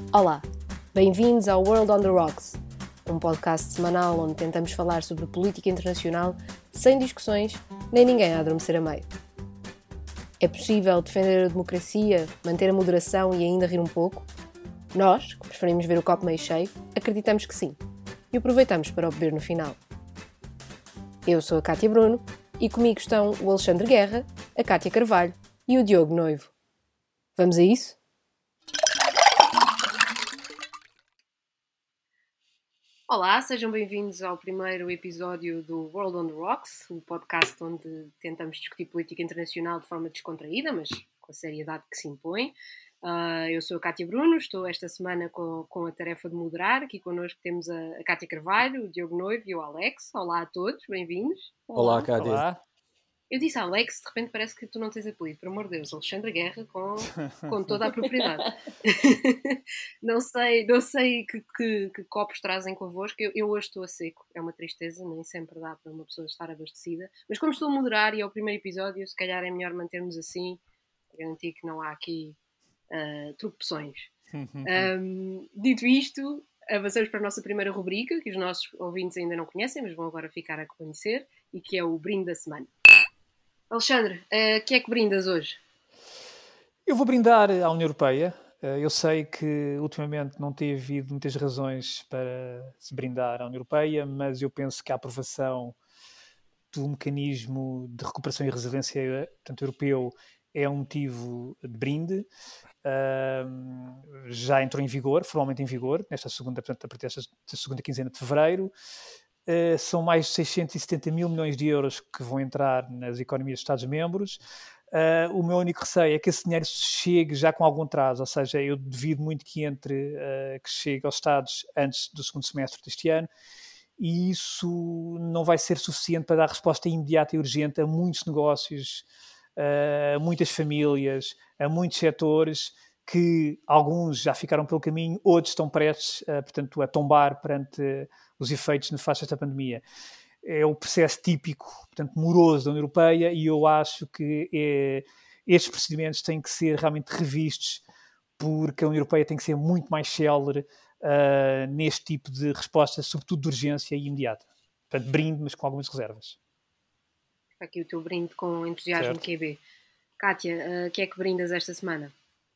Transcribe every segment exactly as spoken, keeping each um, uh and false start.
Olá, bem-vindos ao World on the Rocks, um podcast semanal onde tentamos falar sobre política internacional sem discussões nem ninguém a adormecer a meio. É possível defender a democracia, manter a moderação e ainda rir um pouco? Nós, que preferimos ver o copo meio cheio, acreditamos que sim e aproveitamos para o beber no final. Eu sou a Cátia Bruno e comigo estão o Alexandre Guerra, a Cátia Carvalho e o Diogo Noivo. Vamos a isso? Olá, sejam bem-vindos ao primeiro episódio do World on the Rocks, o podcast onde tentamos discutir política internacional de forma descontraída, mas com a seriedade que se impõe. Uh, eu sou a Cátia Bruno, estou esta semana com, com a tarefa de moderar. Aqui connosco temos a, a Cátia Carvalho, o Diogo Noivo e o Alex. Olá a todos, bem-vindos. Olá, Olá Cátia. Olá. Eu disse Alex, de repente parece que tu não tens apelido, por amor de Deus, Alexandre Guerra com, com toda a propriedade. não sei, não sei que, que, que copos trazem convosco, eu, eu hoje estou a seco, é uma tristeza, nem sempre dá para uma pessoa estar abastecida, mas como estou a moderar e é o primeiro episódio, se calhar é melhor mantermos assim, para garantir que não há aqui uh, tropeções. um, dito isto, avançamos para a nossa primeira rubrica, que os nossos ouvintes ainda não conhecem, mas vão agora ficar a conhecer, e que é o brinde da semana. Alexandre, o uh, que é que brindas hoje? Eu vou brindar à União Europeia. Uh, eu sei que ultimamente não tem havido muitas razões para se brindar à União Europeia, mas eu penso que a aprovação do mecanismo de recuperação e resiliência, portanto, europeu é um motivo de brinde. Uh, já entrou em vigor, formalmente em vigor, nesta segunda, portanto, a partir desta segunda quinzena de fevereiro. Uh, são mais de seiscentos e setenta mil milhões de euros que vão entrar nas economias dos Estados-membros. Uh, o meu único receio é que esse dinheiro chegue já com algum atraso, ou seja, eu duvido muito que entre, uh, que chegue aos Estados antes do segundo semestre deste ano, e isso não vai ser suficiente para dar resposta imediata e urgente a muitos negócios, uh, a muitas famílias, a muitos setores, que alguns já ficaram pelo caminho, outros estão prestes, uh, portanto, a tombar perante uh, os efeitos nefastos da pandemia. É o processo típico, portanto, moroso da União Europeia, e eu acho que é, estes procedimentos têm que ser realmente revistos, porque a União Europeia tem que ser muito mais célere uh, neste tipo de resposta, sobretudo de urgência e imediata. Portanto, brinde, mas com algumas reservas. Aqui o teu brinde com entusiasmo certo. Q B. Cátia, o uh, que é que brindas esta semana?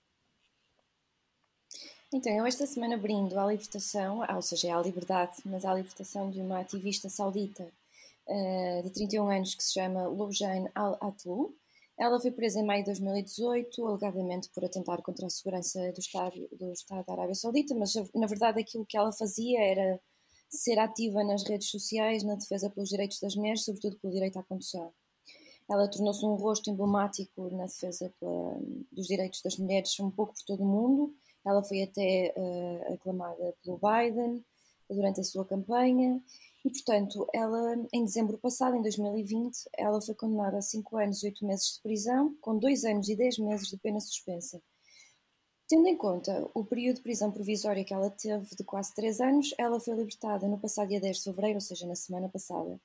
Então, eu esta semana brindo à libertação, ou seja, à liberdade, mas à libertação de uma ativista saudita uh, de trinta e um anos que se chama Loujain Al-Atlou. Ela foi presa em maio de dois mil e dezoito, alegadamente por atentar contra a segurança do Estado, do Estado da Arábia Saudita, mas na verdade aquilo que ela fazia era ser ativa nas redes sociais na defesa pelos direitos das mulheres, sobretudo pelo direito à condução. Ela tornou-se um rosto emblemático na defesa pela, dos direitos das mulheres um pouco por todo o mundo. Ela foi até uh, aclamada pelo Biden durante a sua campanha e, portanto, ela, em dezembro passado, em dois mil e vinte, ela foi condenada a cinco anos e oito meses de prisão, com dois anos e dez meses de pena suspensa. Tendo em conta o período de prisão provisória que ela teve de quase três anos, ela foi libertada no passado dia dez de fevereiro, ou seja, na semana passada.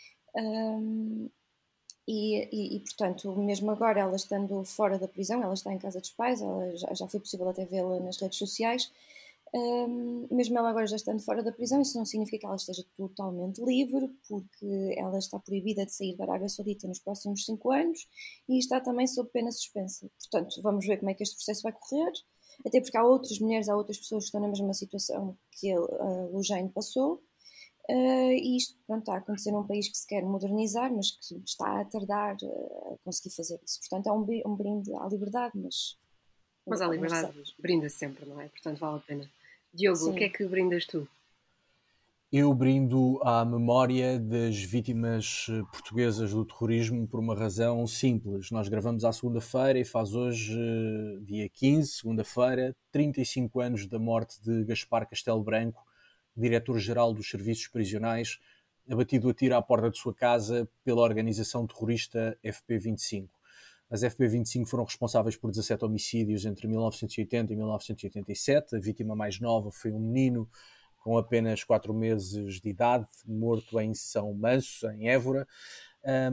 Um, E, e, e, portanto, mesmo agora, ela estando fora da prisão, ela está em casa dos pais, ela já, já foi possível até vê-la nas redes sociais, um, mesmo ela agora já estando fora da prisão, isso não significa que ela esteja totalmente livre, porque ela está proibida de sair da Arábia Saudita nos próximos cinco anos e está também sob pena suspensa. Portanto, vamos ver como é que este processo vai correr, até porque há outras mulheres, há outras pessoas que estão na mesma situação que a Loujain passou. Uh, e isto, pronto, está a acontecer num país que se quer modernizar, mas que está a tardar uh, a conseguir fazer isso. Portanto, é um, um brinde à liberdade, mas... Mas à liberdade brinda sempre, não é? Portanto, vale a pena. Diogo, Sim. O que é que brindas tu? Eu brindo à memória das vítimas portuguesas do terrorismo por uma razão simples. Nós gravamos à segunda-feira e faz hoje, dia quinze, segunda-feira, trinta e cinco anos da morte de Gaspar Castelo Branco, diretor-geral dos Serviços Prisionais, abatido a tiro à porta de sua casa pela organização terrorista F P vinte e cinco. As F P vinte e cinco foram responsáveis por dezassete homicídios entre mil novecentos e oitenta e mil novecentos e oitenta e sete. A vítima mais nova foi um menino com apenas quatro meses de idade, morto em São Manso, em Évora. Um,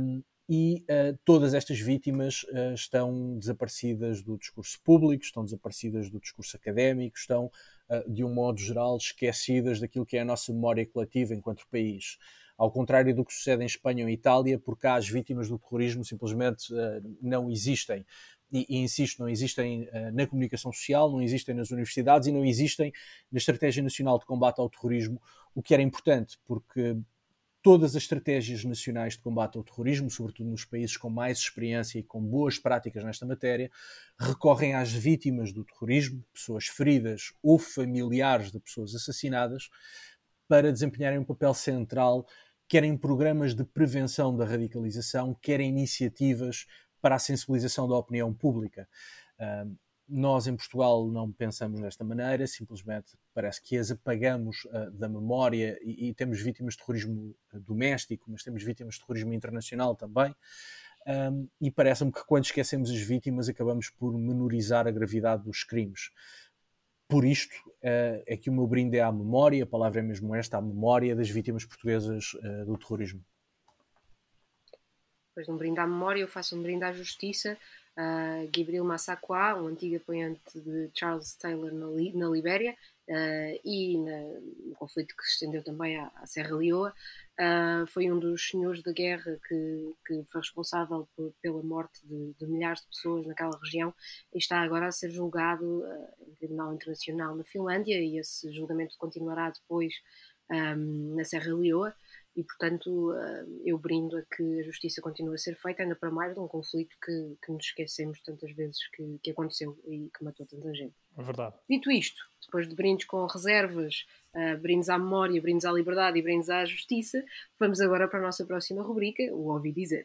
e uh, todas estas vítimas uh, estão desaparecidas do discurso público, estão desaparecidas do discurso académico, estão, uh, de um modo geral, esquecidas daquilo que é a nossa memória coletiva enquanto país. Ao contrário do que sucede em Espanha ou em Itália, por cá as vítimas do terrorismo simplesmente uh, não existem. E, e insisto, não existem uh, na comunicação social, não existem nas universidades e não existem na Estratégia Nacional de Combate ao Terrorismo, o que era importante, porque todas as estratégias nacionais de combate ao terrorismo, sobretudo nos países com mais experiência e com boas práticas nesta matéria, recorrem às vítimas do terrorismo, pessoas feridas ou familiares de pessoas assassinadas, para desempenharem um papel central, quer em programas de prevenção da radicalização, quer em iniciativas para a sensibilização da opinião pública. Uh, Nós, em Portugal, não pensamos desta maneira, simplesmente parece que as apagamos uh, da memória e, e temos vítimas de terrorismo doméstico, mas temos vítimas de terrorismo internacional também. Um, e parece-me que quando esquecemos as vítimas acabamos por menorizar a gravidade dos crimes. Por isto uh, é que o meu brinde é à memória, a palavra é mesmo esta, à memória das vítimas portuguesas uh, do terrorismo. Depois de um brinde à memória, eu faço um brinde à justiça. Uh, Gibril Massaqua, um antigo apoiante de Charles Taylor na, Li- na Libéria uh, e na, no conflito que se estendeu também à, à Serra Leoa, uh, foi um dos senhores da guerra que, que foi responsável por, pela morte de, de milhares de pessoas naquela região e está agora a ser julgado uh, em Tribunal Internacional na Finlândia, e esse julgamento continuará depois um, na Serra Leoa. E, portanto, eu brindo a que a justiça continue a ser feita, ainda para mais de um conflito que, que nos esquecemos tantas vezes que, que aconteceu e que matou tanta gente. É verdade. Dito isto, depois de brindes com reservas, uh, brindes à memória, brindes à liberdade e brindes à justiça, vamos agora para a nossa próxima rubrica, o Ouvi Dizer.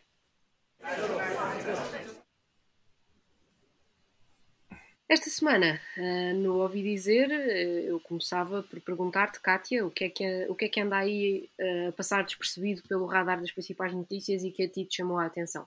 Esta semana, no Ouvi Dizer, eu começava por perguntar-te, Kátia, o que é que, o que é que anda aí a passar despercebido pelo radar das principais notícias e que a ti te chamou a atenção?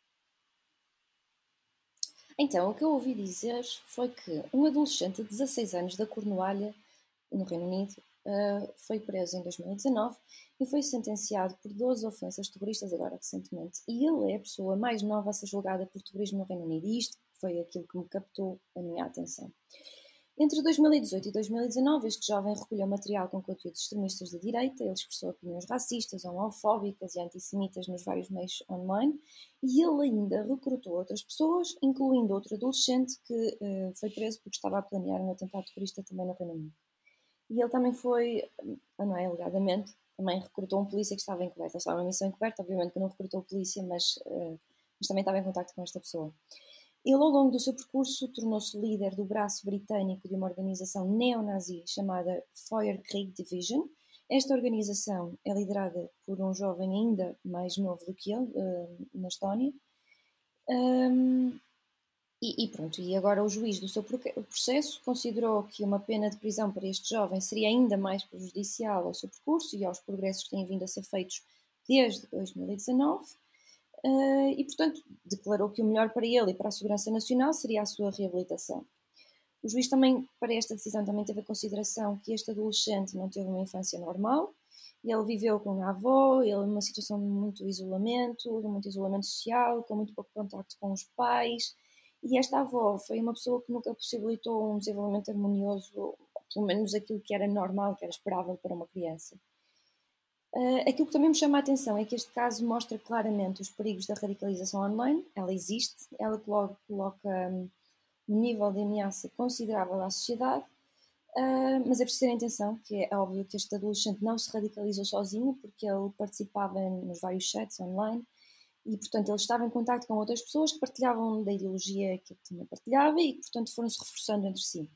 Então, o que eu ouvi dizer foi que um adolescente de dezasseis anos da Cornualha, no Reino Unido, foi preso em dois mil e dezanove e foi sentenciado por doze ofensas terroristas agora recentemente. E ele é a pessoa mais nova a ser julgada por terrorismo no Reino Unido. E isto foi aquilo que me captou a minha atenção. Entre dois mil e dezoito e dois mil e dezanove, este jovem recolheu material com conteúdos extremistas da direita, ele expressou opiniões racistas, homofóbicas e antissemitas nos vários meios online, e ele ainda recrutou outras pessoas, incluindo outro adolescente que uh, foi preso porque estava a planear um atentado terrorista também no Reino Unido. E ele também foi, não é, alegadamente, também recrutou um polícia que estava encoberto. Ele estava em missão encoberta, obviamente que não recrutou polícia, mas, uh, mas também estava em contacto com esta pessoa. Ele, ao longo do seu percurso, tornou-se líder do braço britânico de uma organização neonazi chamada Feuerkrieg Division. Esta organização é liderada por um jovem ainda mais novo do que ele, uh, na Estónia. Um, e, e pronto, e agora o juiz do seu processo considerou que uma pena de prisão para este jovem seria ainda mais prejudicial ao seu percurso e aos progressos que têm vindo a ser feitos desde dois mil e dezanove. Uh, e, portanto, declarou que o melhor para ele e para a segurança nacional seria a sua reabilitação. O juiz também, para esta decisão, também teve a consideração que este adolescente não teve uma infância normal, ele viveu com a avó, ele numa situação de muito isolamento, de muito isolamento social, com muito pouco contacto com os pais, e esta avó foi uma pessoa que nunca possibilitou um desenvolvimento harmonioso, pelo menos aquilo que era normal, que era esperável para uma criança. Uh, aquilo que também me chama a atenção é que este caso mostra claramente os perigos da radicalização online. Ela existe, ela coloca, coloca um, um nível de ameaça considerável à sociedade, uh, mas é preciso ter atenção que é óbvio que este adolescente não se radicalizou sozinho, porque ele participava nos vários chats online e, portanto, ele estava em contacto com outras pessoas que partilhavam da ideologia que ele também partilhava e, portanto, foram-se reforçando entre si.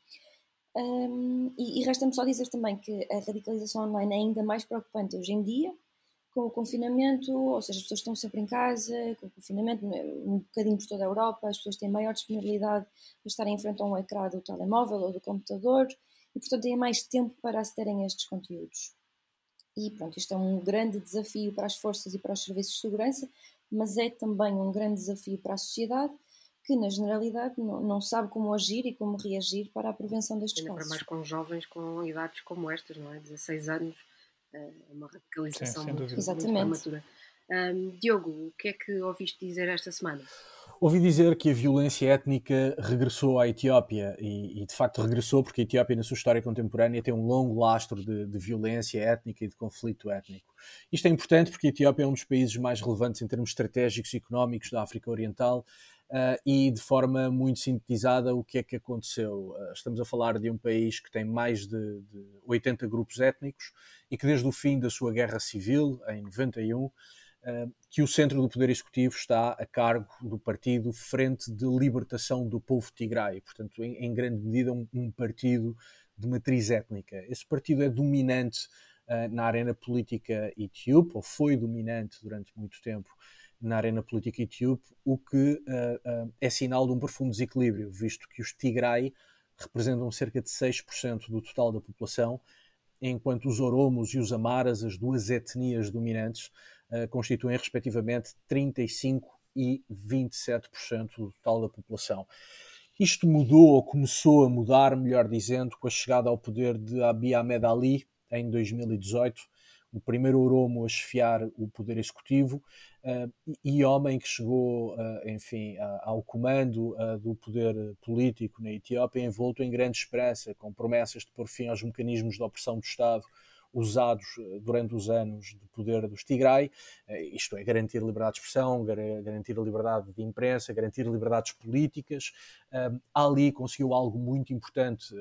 Um, e, e resta-me só dizer também que a radicalização online é ainda mais preocupante hoje em dia, com o confinamento, ou seja, as pessoas estão sempre em casa, com o confinamento, um bocadinho por toda a Europa, as pessoas têm maior disponibilidade de estarem em frente a um ecrã do telemóvel ou do computador e, portanto, têm mais tempo para acederem a estes conteúdos. E pronto, isto é um grande desafio para as forças e para os serviços de segurança, mas é também um grande desafio para a sociedade, que na generalidade não, não sabe como agir e como reagir para a prevenção destes Ainda casos. Ainda para mais com jovens com idades como estas, não é? dezasseis anos, é uma radicalização Sim, muito, muito prematura. Um, Diogo, o que é que ouviste dizer esta semana? Ouvi dizer que a violência étnica regressou à Etiópia e, e de facto regressou porque a Etiópia na sua história contemporânea tem um longo lastro de, de violência étnica e de conflito étnico. Isto é importante porque a Etiópia é um dos países mais relevantes em termos estratégicos e económicos da África Oriental uh, e de forma muito sintetizada o que é que aconteceu. Uh, estamos a falar de um país que tem mais de, de oitenta grupos étnicos e que desde o fim da sua guerra civil, em noventa e um, Uh, que o centro do poder executivo está a cargo do partido Frente de Libertação do Povo Tigray, portanto, em, em grande medida, um, um partido de matriz étnica. Esse partido é dominante uh, na arena política etíope, ou foi dominante durante muito tempo na arena política etíope, o que uh, uh, é sinal de um profundo desequilíbrio, visto que os Tigray representam cerca de seis por cento do total da população, enquanto os Oromos e os Amaras, as duas etnias dominantes, Uh, constituem respectivamente trinta e cinco por cento e vinte e sete por cento do total da população. Isto mudou, ou começou a mudar, melhor dizendo, com a chegada ao poder de Abiy Ahmed Ali em dois mil e dezoito, o primeiro Oromo a chefiar o poder executivo uh, e, e homem que chegou, uh, enfim, uh, ao comando uh, do poder político na Etiópia, envolto em grande esperança, com promessas de pôr fim aos mecanismos de opressão do Estado usados durante os anos de poder dos Tigray, isto é, garantir liberdade de expressão, garantir a liberdade de imprensa, garantir liberdades políticas. Ali conseguiu algo muito importante,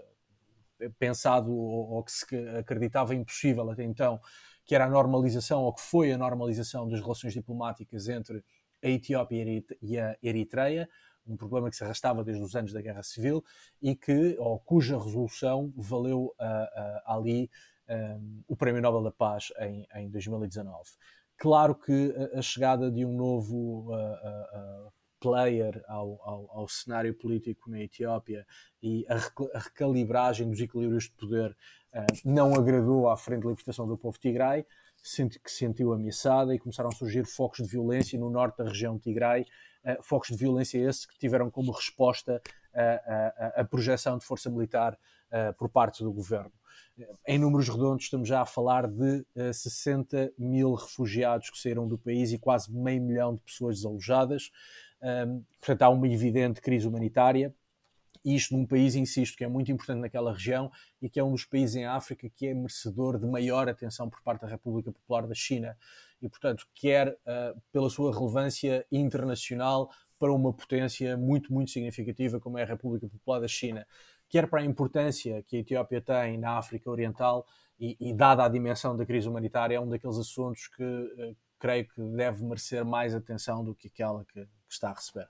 pensado ou que se acreditava impossível até então, que era a normalização, ou que foi a normalização das relações diplomáticas entre a Etiópia e a Eritreia, um problema que se arrastava desde os anos da Guerra Civil e que, ou cuja resolução valeu a, a, ali Um, o Prémio Nobel da Paz em, em dois mil e dezanove. Claro que a, a chegada de um novo uh, uh, uh, player ao, ao, ao cenário político na Etiópia e a, rec- a recalibragem dos equilíbrios de poder uh, não agradou à Frente de Libertação do Povo Tigray, sente, que se sentiu ameaçada e começaram a surgir focos de violência no norte da região Tigray, uh, focos de violência esses que tiveram como resposta a, a, a projeção de força militar uh, por parte do governo. Em números redondos estamos já a falar de uh, sessenta mil refugiados que saíram do país e quase meio milhão de pessoas desalojadas. Um, portanto, há uma evidente crise humanitária. E isto num país, insisto, que é muito importante naquela região e que é um dos países em África que é merecedor de maior atenção por parte da República Popular da China. E, portanto, quer uh, pela sua relevância internacional para uma potência muito, muito significativa como é a República Popular da China, quer para a importância que a Etiópia tem na África Oriental e, e dada a dimensão da crise humanitária, é um daqueles assuntos que uh, creio que deve merecer mais atenção do que aquela que, que está a receber.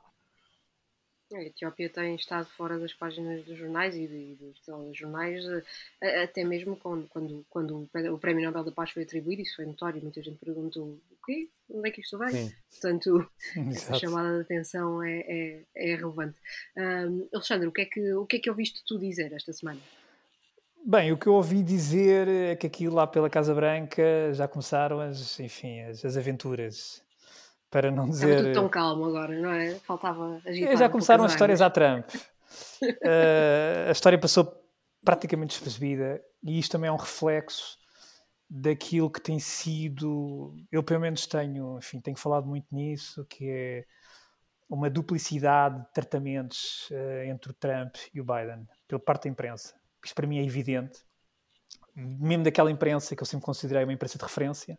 A Etiópia tem estado fora das páginas dos jornais e, de, dos telejornais, até mesmo quando, quando, quando o Prémio Nobel da Paz foi atribuído, isso foi notório, muita gente perguntou o quê? Onde é que isto vai? Sim. Portanto, essa chamada de atenção é, é, é relevante. Um, Alexandre, o que, é que, o que é que ouviste tu dizer esta semana? Bem, o que eu ouvi dizer é que aqui lá pela Casa Branca já começaram as, enfim, as, as aventuras. Para não dizer... Estava tudo tão calmo agora, não é? Faltava agitar. Já começaram as histórias à Trump. uh, a história passou praticamente despercebida e isto também é um reflexo daquilo que tem sido... Eu, pelo menos, tenho, enfim, tenho falado muito nisso, que é uma duplicidade de tratamentos uh, entre o Trump e o Biden, pela parte da imprensa. Isto para mim é evidente. Mesmo daquela imprensa que eu sempre considerei uma imprensa de referência.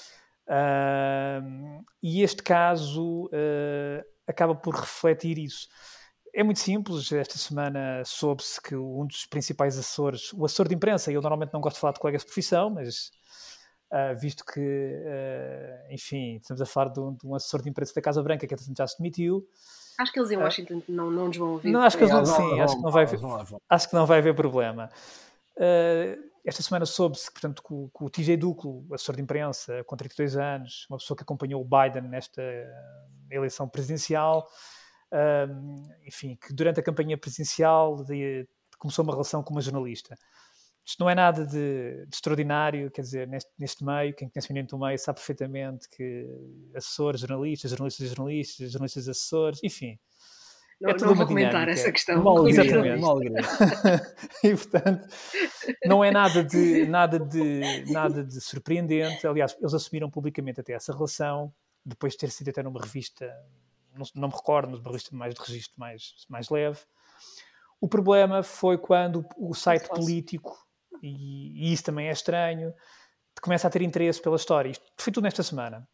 Uh, e este caso uh, acaba por refletir isso. É muito simples. Esta semana soube-se que um dos principais assessores, o assessor de imprensa, eu normalmente não gosto de falar de colegas de profissão, mas uh, visto que, uh, enfim, estamos a falar de um, de um assessor de imprensa da Casa Branca que já se demitiu. Acho que eles em Washington uh, não, não nos vão ouvir. Não, acho que eles não, sim, acho que não vai haver, acho que não vai haver problema. Uh, esta semana soube-se portanto, que, o, que o T J Duclo, assessor de imprensa, com trinta e dois anos, uma pessoa que acompanhou o Biden nesta eleição presidencial, uh, enfim, que durante a campanha presidencial de, de, começou uma relação com uma jornalista. Isto não é nada de, de extraordinário, quer dizer, neste, neste meio, quem conhece o menino do meio sabe perfeitamente que assessores, jornalistas, jornalistas, jornalistas, jornalistas, assessores, enfim, Não, é toda não uma vou comentar dinâmica. essa questão. Uma alegria, Exatamente. uma alegria. E, portanto, não é nada de, nada, de, nada de surpreendente. Aliás, eles assumiram publicamente até essa relação, depois de ter sido até numa revista, não, não me recordo, mas uma revista mais de registro mais, mais leve. O problema foi quando o site político, e, e isso também é estranho, começa a ter interesse pela história. Isto foi tudo nesta semana.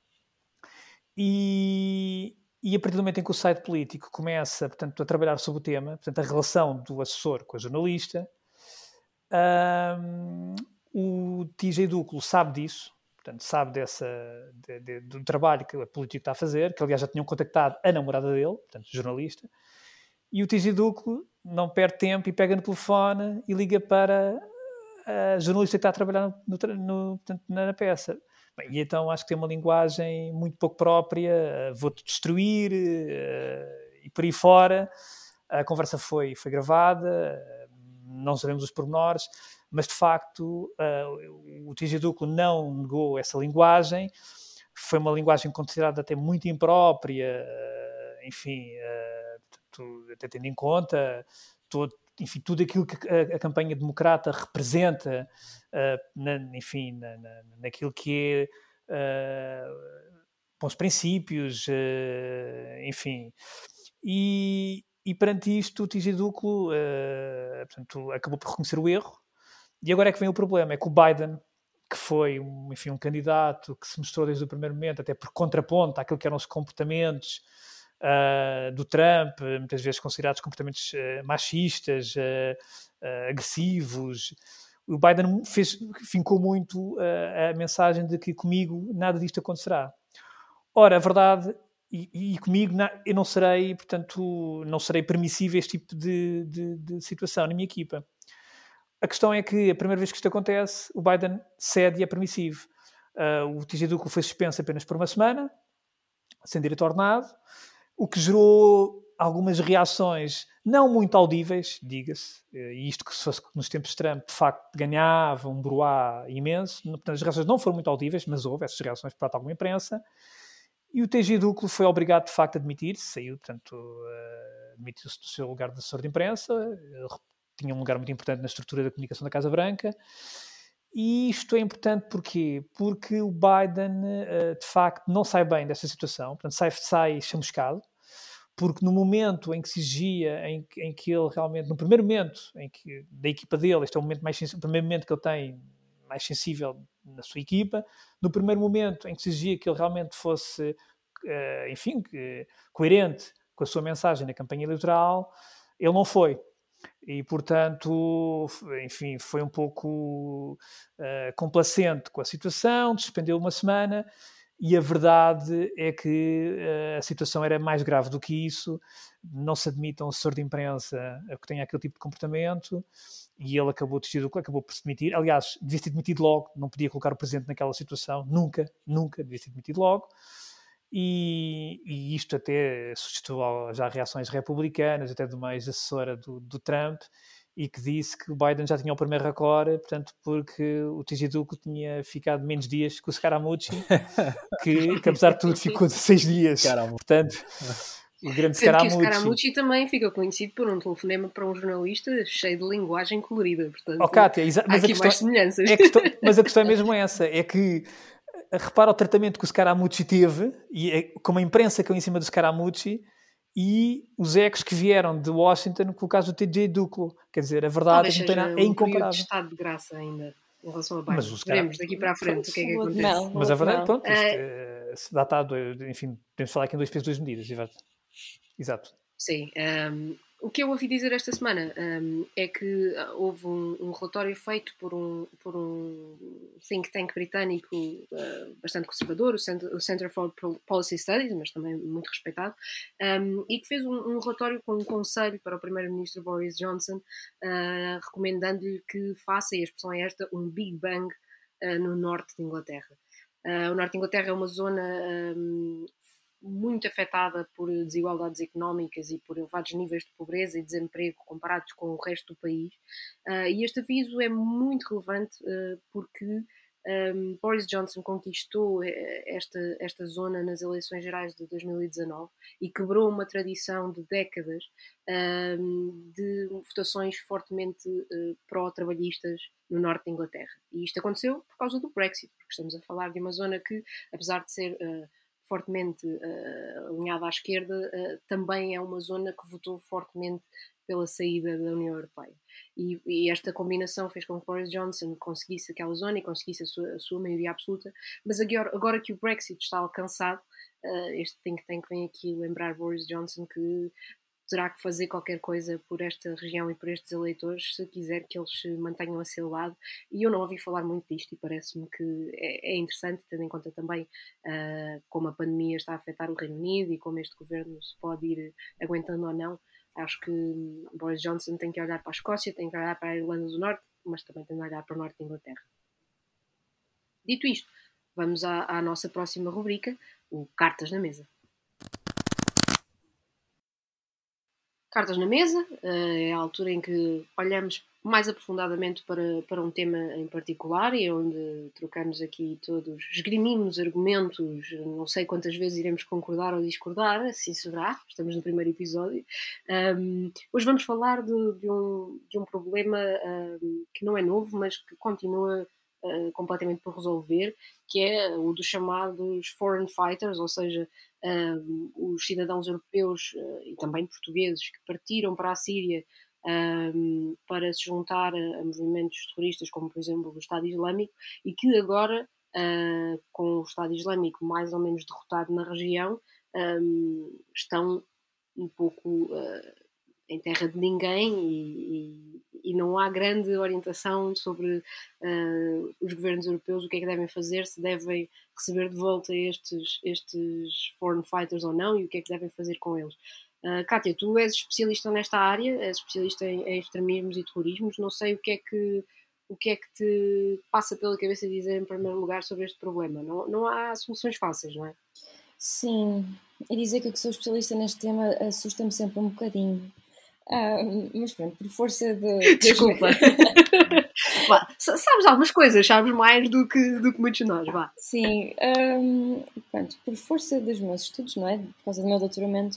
E, e a partir do momento em que o site político começa, portanto, a trabalhar sobre o tema, portanto, a relação do assessor com a jornalista, um, o T J Dúculo sabe disso, portanto, sabe dessa, de, de, do trabalho que o político está a fazer, que aliás já tinham contactado a namorada dele, portanto, jornalista, e o T J Dúculo não perde tempo e pega no telefone e liga para a jornalista que está a trabalhar no, no, portanto, na peça. Bem, e então acho que tem uma linguagem muito pouco própria, uh, vou-te destruir, uh, e por aí fora. A conversa foi, foi gravada, uh, não sabemos os pormenores, mas de facto uh, o T J Dúculo não negou essa linguagem. Foi uma linguagem considerada até muito imprópria, uh, enfim, uh, portanto, até tendo em conta todo, enfim, tudo aquilo que a, a campanha democrata representa, uh, na, enfim, na, na, naquilo que é uh, bons princípios, uh, enfim. E, e perante isto, o T J Dúculo uh, portanto, acabou por reconhecer o erro. E agora é que vem o problema, é que o Biden, que foi um, enfim, um candidato que se mostrou desde o primeiro momento, até por contraponto àquilo que eram os comportamentos Uh, do Trump, muitas vezes considerados comportamentos uh, machistas, uh, uh, agressivos. O Biden fez, fincou muito uh, a mensagem de que comigo nada disto acontecerá. Ora, a verdade, e, e comigo na, eu não serei, portanto, não serei permissível a este tipo de, de, de situação na minha equipa. A questão é que a primeira vez que isto acontece, o Biden cede e é permissivo. Uh, o T J Dúculo foi suspenso apenas por uma semana, sem direito ordenado, o que gerou algumas reações não muito audíveis, diga-se, e isto que se fosse nos tempos de Trump, de facto, ganhava um bruá imenso. Portanto, as reações não foram muito audíveis, mas houve essas reações por parte de alguma imprensa. E o T J Dúculo foi obrigado, de facto, a admitir-se, saiu, portanto, uh, admitiu-se do seu lugar de assessor de imprensa, ele tinha um lugar muito importante na estrutura da comunicação da Casa Branca. E isto é importante porquê? Porque o Biden, de facto, não sai bem desta situação, portanto, sai, sai chamuscado, porque no momento em que se exigia, em, em que ele realmente, no primeiro momento em que, da equipa dele, este é o, momento mais, o primeiro momento que ele tem mais sensível na sua equipa, no primeiro momento em que se exigia que ele realmente fosse, enfim, coerente com a sua mensagem na campanha eleitoral, ele não foi. E, portanto, enfim, foi um pouco uh, complacente com a situação, suspendeu uma semana, e a verdade é que uh, a situação era mais grave do que isso. Não se admite um assessor de imprensa que tenha aquele tipo de comportamento, e ele acabou, de, acabou por se demitir. Aliás, devia ser demitido logo, não podia colocar o presidente naquela situação, nunca, nunca devia ser demitido logo. E, e isto até suscitou já reações republicanas, até de uma ex-assessora do, do Trump, e que disse que o Biden já tinha o primeiro recorde, portanto, porque o T J Dúculo tinha ficado menos dias que o Scaramucci, que, que apesar de tudo ficou dezesseis dias. Caramba. Portanto, o grande Sendo Scaramucci. que o Scaramucci também fica conhecido por um telefonema para um jornalista cheio de linguagem colorida. Portanto, oh, Kátia, exa- mas há aqui a questão, mais semelhanças. É questão, mas a questão é mesmo essa, é que repara o tratamento que o Scaramucci teve, e é, como a imprensa caiu em cima do Scaramucci, e os ecos que vieram de Washington com o caso do T J Dúculo. Quer dizer, a verdade Talvez é que não tem nada, é um incomparável. de estado de graça ainda em relação a Biden. Mas os Veremos cara... daqui para a frente pronto, o que é que acontece. Mel, mas a verdade, pronto, isto, uh, uh, se datado, enfim, podemos falar aqui em dois pesos, duas medidas, exato. Exato. Sim. Um, o que eu ouvi dizer esta semana um, é que houve um, um relatório feito por um, por um think tank britânico uh, bastante conservador, o Center, o Center for Policy Studies, mas também muito respeitado, um, e que fez um, um relatório com um conselho para o primeiro-ministro Boris Johnson, uh, recomendando-lhe que faça, e a expressão é esta, um Big Bang uh, no norte de Inglaterra. Uh, o norte de Inglaterra é uma zona um, muito afetada por desigualdades económicas e por elevados níveis de pobreza e desemprego comparados com o resto do país. Uh, e este aviso é muito relevante uh, porque um, Boris Johnson conquistou esta, esta zona nas eleições gerais de dois mil e dezanove e quebrou uma tradição de décadas um, de votações fortemente uh, pró-trabalhistas no norte da Inglaterra. E isto aconteceu por causa do Brexit, porque estamos a falar de uma zona que, apesar de ser uh, fortemente uh, alinhada à esquerda, uh, também é uma zona que votou fortemente pela saída da União Europeia. E, e esta combinação fez com que Boris Johnson conseguisse aquela zona e conseguisse a sua, a sua maioria absoluta, mas agora, agora que o Brexit está alcançado, uh, este think tank vem aqui lembrar Boris Johnson que terá que fazer qualquer coisa por esta região e por estes eleitores se quiser que eles se mantenham a seu lado. E eu não ouvi falar muito disto e parece-me que é, é interessante, tendo em conta também uh, como a pandemia está a afetar o Reino Unido e como este governo se pode ir aguentando ou não. Acho que Boris Johnson tem que olhar para a Escócia, tem que olhar para a Irlanda do Norte, mas também tem que olhar para o Norte da Inglaterra. Dito isto, vamos à, à nossa próxima rubrica, o Cartas na Mesa. Cartas na Mesa é a altura em que olhamos mais aprofundadamente para, para um tema em particular e onde trocamos aqui todos, esgrimimos argumentos, não sei quantas vezes iremos concordar ou discordar, assim será, estamos no primeiro episódio. Um, hoje vamos falar de, de, um, de um problema um, que não é novo, mas que continua uh, completamente por resolver, que é o dos chamados foreign fighters, ou seja, um, os cidadãos europeus uh, e também portugueses que partiram para a Síria Um, para se juntar a, a movimentos terroristas como por exemplo o Estado Islâmico e que agora uh, com o Estado Islâmico mais ou menos derrotado na região um, estão um pouco uh, em terra de ninguém e, e, e não há grande orientação sobre uh, os governos europeus o que é que devem fazer, se devem receber de volta estes, estes foreign fighters ou não e o que é que devem fazer com eles. Uh, Kátia, tu és especialista nesta área, és especialista em, em extremismos e terrorismos, não sei o que é que, o que é que te passa pela cabeça dizer em primeiro lugar sobre este problema. Não, não há soluções fáceis, não é? Sim, e dizer que eu que sou especialista neste tema assusta-me sempre um bocadinho. Ah, mas pronto, por força de... Desculpa. Vá, sabes algumas coisas, sabes mais do que, do que muitos de nós, vá. Sim, um, pronto, por força dos meus estudos, não é? Por causa do meu doutoramento,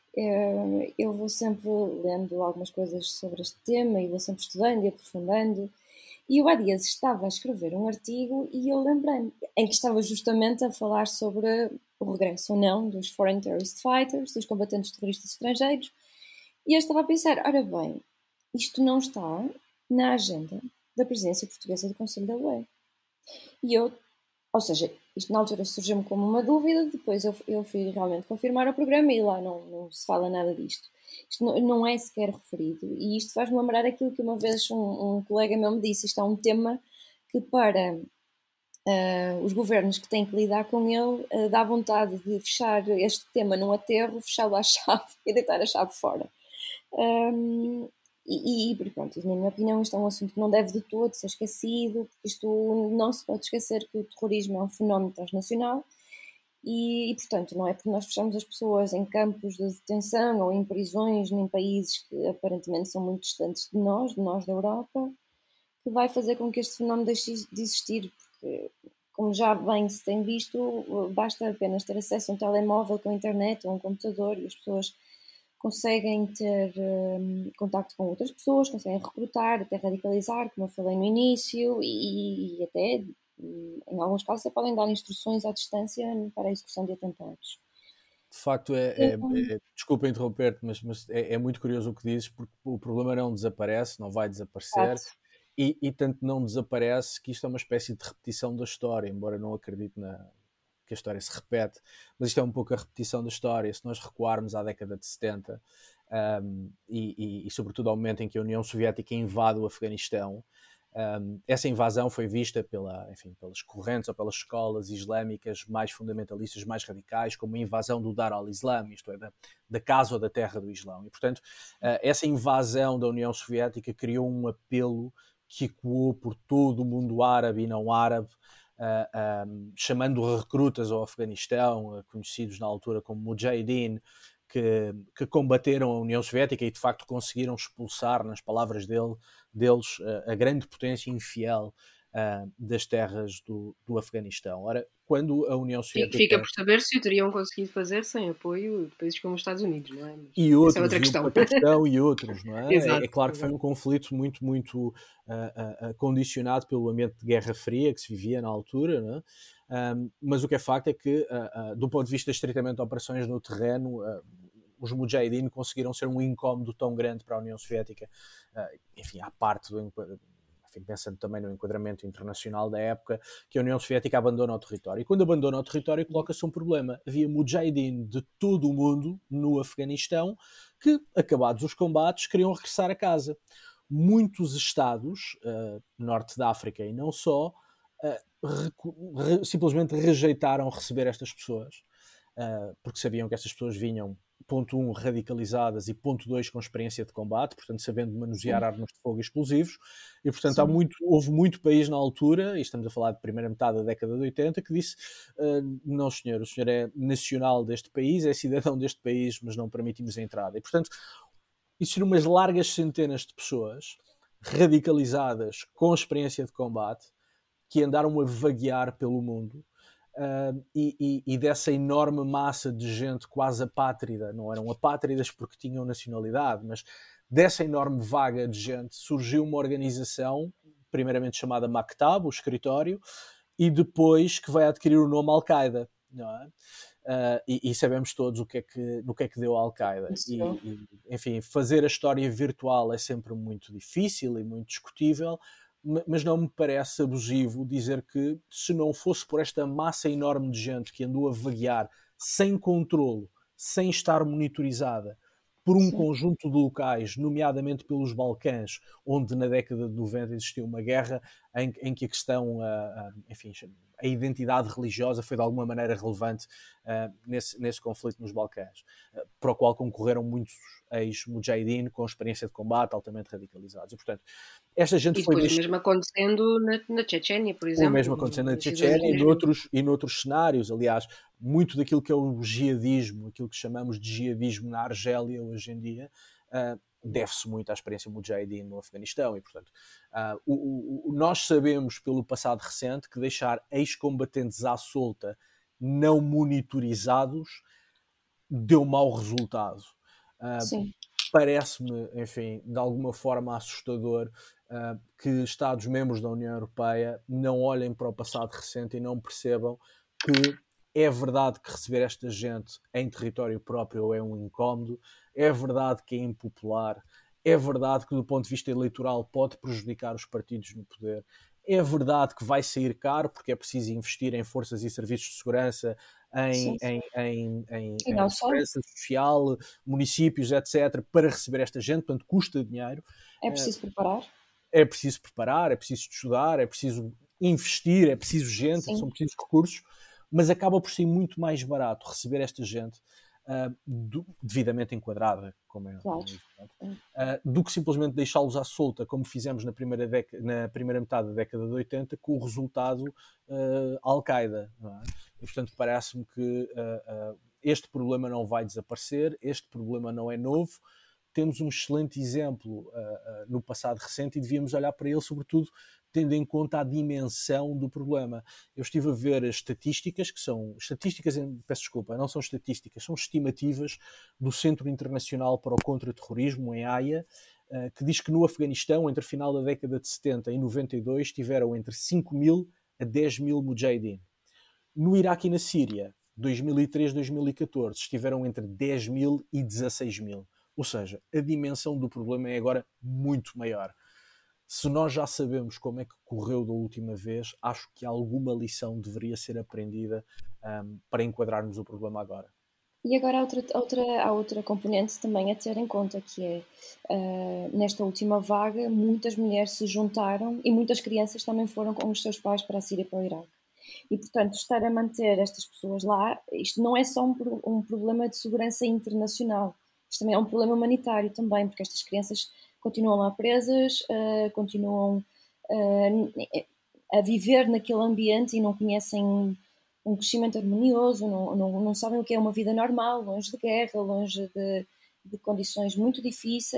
eu vou sempre lendo algumas coisas sobre este tema e vou sempre estudando e aprofundando. E eu há dias estava a escrever um artigo e eu lembrei-me, em que estava justamente a falar sobre o regresso ou não dos Foreign Terrorist Fighters, dos combatentes terroristas estrangeiros, e eu estava a pensar, ora bem, isto não está na agenda da presidência portuguesa do Conselho da U E. E eu, ou seja, isto na altura surgiu-me como uma dúvida, depois eu, eu fui realmente confirmar o programa e lá não, não se fala nada disto. Isto não, não é sequer referido e isto faz-me lembrar aquilo que uma vez um, um colega meu me disse, isto é um tema que para uh, os governos que têm que lidar com ele uh, dá vontade de fechar este tema num aterro, fechá-lo à chave e deitar a chave fora. Um, E, e pronto, na minha opinião, isto é um assunto que não deve de todo ser esquecido. Isto não se pode esquecer que o terrorismo é um fenómeno transnacional e, e, portanto, não é porque nós fechamos as pessoas em campos de detenção ou em prisões em países que aparentemente são muito distantes de nós, de nós da Europa, que vai fazer com que este fenómeno deixe de existir, porque, como já bem se tem visto, basta apenas ter acesso a um telemóvel com a internet ou a um computador e as pessoas conseguem ter um, contacto com outras pessoas, conseguem recrutar, até radicalizar, como eu falei no início, e, e até, em alguns casos, até podem dar instruções à distância para a execução de atentados. De facto, é, é, é, desculpa interromper-te, mas, mas é, é muito curioso o que dizes, porque o problema não desaparece, não vai desaparecer, e, e tanto não desaparece que isto é uma espécie de repetição da história, embora não acredite na... que a história se repete, mas isto é um pouco a repetição da história. Se nós recuarmos à década de setenta um, e, e, e sobretudo ao momento em que a União Soviética invade o Afeganistão, um, essa invasão foi vista pela, enfim, pelas correntes ou pelas escolas islâmicas mais fundamentalistas, mais radicais, como a invasão do Dar al-Islam, isto é, da, da casa ou da terra do Islão. E, portanto, uh, essa invasão da União Soviética criou um apelo que ecoou por todo o mundo árabe e não árabe, Uh, um, chamando recrutas ao Afeganistão, uh, conhecidos na altura como Mujahideen, que, que combateram a União Soviética e de facto conseguiram expulsar, nas palavras dele, deles, uh, a grande potência infiel uh, das terras do, do Afeganistão. Ora, quando a União Soviética... Fica por saber se o teriam conseguido fazer sem apoio de países como os Estados Unidos, não é? Mas e outros, essa é outra questão. E o Paquistão e outros, não é? Exato, é? É claro que exato. foi um conflito muito, muito uh, uh, condicionado pelo ambiente de Guerra Fria que se vivia na altura, não é? Um, mas o que é facto é que, uh, uh, do ponto de vista estritamente de operações no terreno, uh, os Mujahideen conseguiram ser um incómodo tão grande para a União Soviética, uh, enfim, à parte do, enfim, pensando também no enquadramento internacional da época, que a União Soviética abandona o território. E quando abandona o território, coloca-se um problema. Havia Mujahideen de todo o mundo no Afeganistão que, acabados os combates, queriam regressar a casa. Muitos estados, uh, norte da África e não só, Uh, recu- re- simplesmente rejeitaram receber estas pessoas, uh, porque sabiam que estas pessoas vinham, ponto um, radicalizadas e ponto dois, com experiência de combate, portanto sabendo manusear Sim. armas de fogo e explosivos, e portanto Sim. há muito, houve muito país na altura, e estamos a falar de primeira metade da década de oitenta, que disse, uh, não senhor, o senhor é nacional deste país, é cidadão deste país, mas não permitimos a entrada. E portanto existiram umas largas centenas de pessoas radicalizadas com experiência de combate que andaram a vaguear pelo mundo, uh, e, e, e dessa enorme massa de gente quase apátrida, não eram apátridas porque tinham nacionalidade, mas dessa enorme vaga de gente surgiu uma organização, primeiramente chamada Maktab, o escritório, e depois que vai adquirir o nome Al-Qaeda, não é? Uh, e, e sabemos todos o que é que, no que é que deu a Al-Qaeda. E, e, enfim, fazer a história virtual é sempre muito difícil e muito discutível, mas não me parece abusivo dizer que, se não fosse por esta massa enorme de gente que andou a vaguear sem controlo, sem estar monitorizada, por um Sim. conjunto de locais, nomeadamente pelos Balcãs, onde na década de noventa existiu uma guerra em, em que a questão, uh, uh, enfim, a identidade religiosa foi de alguma maneira relevante uh, nesse, nesse conflito nos Balcãs, uh, para o qual concorreram muitos ex-mujahideen com experiência de combate altamente radicalizados. E, portanto, esta gente e foi... depois o mesmo acontecendo na, na Chechênia, por exemplo. O mesmo acontecendo na Chechênia e noutros, e noutros cenários. Aliás, muito daquilo que é o jihadismo, aquilo que chamamos de jihadismo na Argélia hoje em dia, uh, deve-se muito à experiência mujahideen no Afeganistão. E, portanto, uh, o, o, nós sabemos pelo passado recente que deixar ex-combatentes à solta não monitorizados deu mau resultado. Uh, Sim. Parece-me, enfim, de alguma forma assustador uh, que Estados-membros da União Europeia não olhem para o passado recente e não percebam que é verdade que receber esta gente em território próprio é um incómodo, é verdade que é impopular, é verdade que do ponto de vista eleitoral pode prejudicar os partidos no poder, é verdade que vai sair caro porque é preciso investir em forças e serviços de segurança, em, em, em, em, em segurança social, municípios, etcétera, para receber esta gente, portanto custa dinheiro. É preciso preparar. É preciso preparar, é preciso estudar, é preciso investir, é preciso gente, Sim. são precisos recursos, mas acaba por ser muito mais barato receber esta gente uh, do, devidamente enquadrada, como é, claro. como é uh, do que simplesmente deixá-los à solta, como fizemos na primeira, década, na primeira metade da década de oitenta, com o resultado uh, Al-Qaeda. Não é? E, portanto, parece-me que uh, uh, este problema não vai desaparecer, este problema não é novo. Temos um excelente exemplo uh, uh, no passado recente e devíamos olhar para ele, sobretudo, tendo em conta a dimensão do problema. Eu estive a ver as estatísticas, que são estatísticas, peço desculpa, não são estatísticas, são estimativas do Centro Internacional para o Contra-Terrorismo, em Haia, uh, que diz que no Afeganistão, entre o final da década de setenta e noventa e dois, tiveram entre cinco mil a dez mil mujahideen. No Iraque e na Síria, dois mil e três a dois mil e catorze, estiveram entre dez mil e dezasseis mil. Ou seja, a dimensão do problema é agora muito maior. Se nós já sabemos como é que correu da última vez, acho que alguma lição deveria ser aprendida um, para enquadrarmos o problema agora. E agora há outra, outra, há outra componente também a ter em conta, que é, uh, nesta última vaga, muitas mulheres se juntaram e muitas crianças também foram com os seus pais para a Síria e para o Iraque. E, portanto, estar a manter estas pessoas lá, isto não é só um, um problema de segurança internacional, isto também é um problema humanitário também, porque estas crianças continuam lá presas, uh, continuam uh, a viver naquele ambiente e não conhecem um crescimento harmonioso, não, não, não sabem o que é uma vida normal, longe de guerra, longe de, de condições muito difíceis,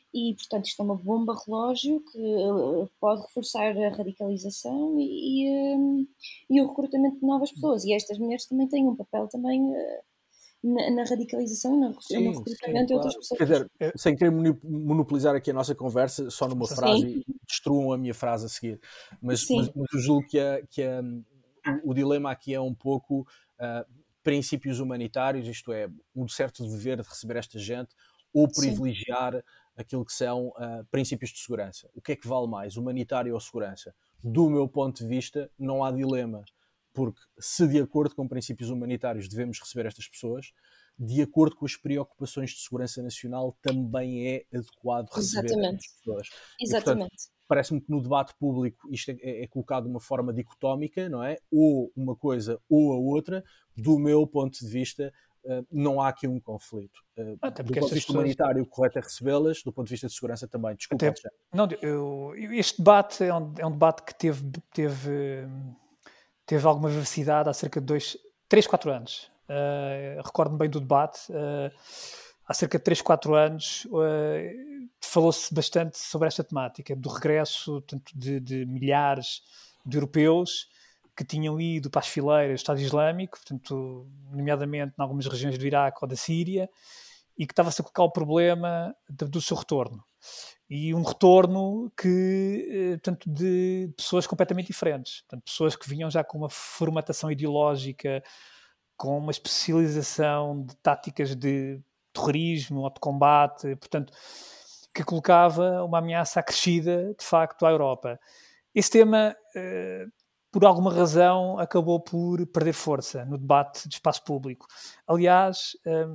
e, portanto, isto é uma bomba relógio que uh, pode reforçar a radicalização e, e, um, e o recrutamento de novas pessoas. E estas mulheres também têm um papel também uh, na, na radicalização e no, no Sim, recrutamento sim, de outras claro. pessoas. Quer dizer, sem querer moni- monopolizar aqui a nossa conversa, só numa frase Sim. e destruam a minha frase a seguir. Mas, Sim. mas, mas eu julgo que, a, que a, o, o dilema aqui é um pouco uh, princípios humanitários, isto é, um certo dever de receber esta gente, ou privilegiar Sim. aquilo que são uh, princípios de segurança. O que é que vale mais, humanitário ou segurança? Do meu ponto de vista, não há dilema, porque se de acordo com princípios humanitários devemos receber estas pessoas, de acordo com as preocupações de segurança nacional, também é adequado receber Exatamente. estas pessoas. Exatamente. E, portanto, parece-me que no debate público isto é, é colocado de uma forma dicotómica, não é? Ou uma coisa ou a outra. Do meu ponto de vista, uh, não há aqui um conflito. Uh, Até do ponto de vista pessoas... humanitário, o correto é recebê-las, do ponto de vista de segurança também. Desculpa, Até... não, eu, este debate é um, é um debate que teve, teve, teve alguma veracidade há cerca de dois, três, quatro anos. Uh, recordo-me bem do debate. Uh, há cerca de três, quatro anos uh, falou-se bastante sobre esta temática, do regresso tanto de, de milhares de europeus que tinham ido para as fileiras do Estado Islâmico, portanto, nomeadamente em algumas regiões do Iraque ou da Síria, e que estava-se a colocar o problema de, do seu retorno. E um retorno que, portanto, de pessoas completamente diferentes. Portanto, pessoas que vinham já com uma formatação ideológica, com uma especialização de táticas de terrorismo ou de combate, portanto, que colocava uma ameaça acrescida, de facto, à Europa. Esse tema, eh, por alguma razão, acabou por perder força no debate de espaço público. Aliás, eh,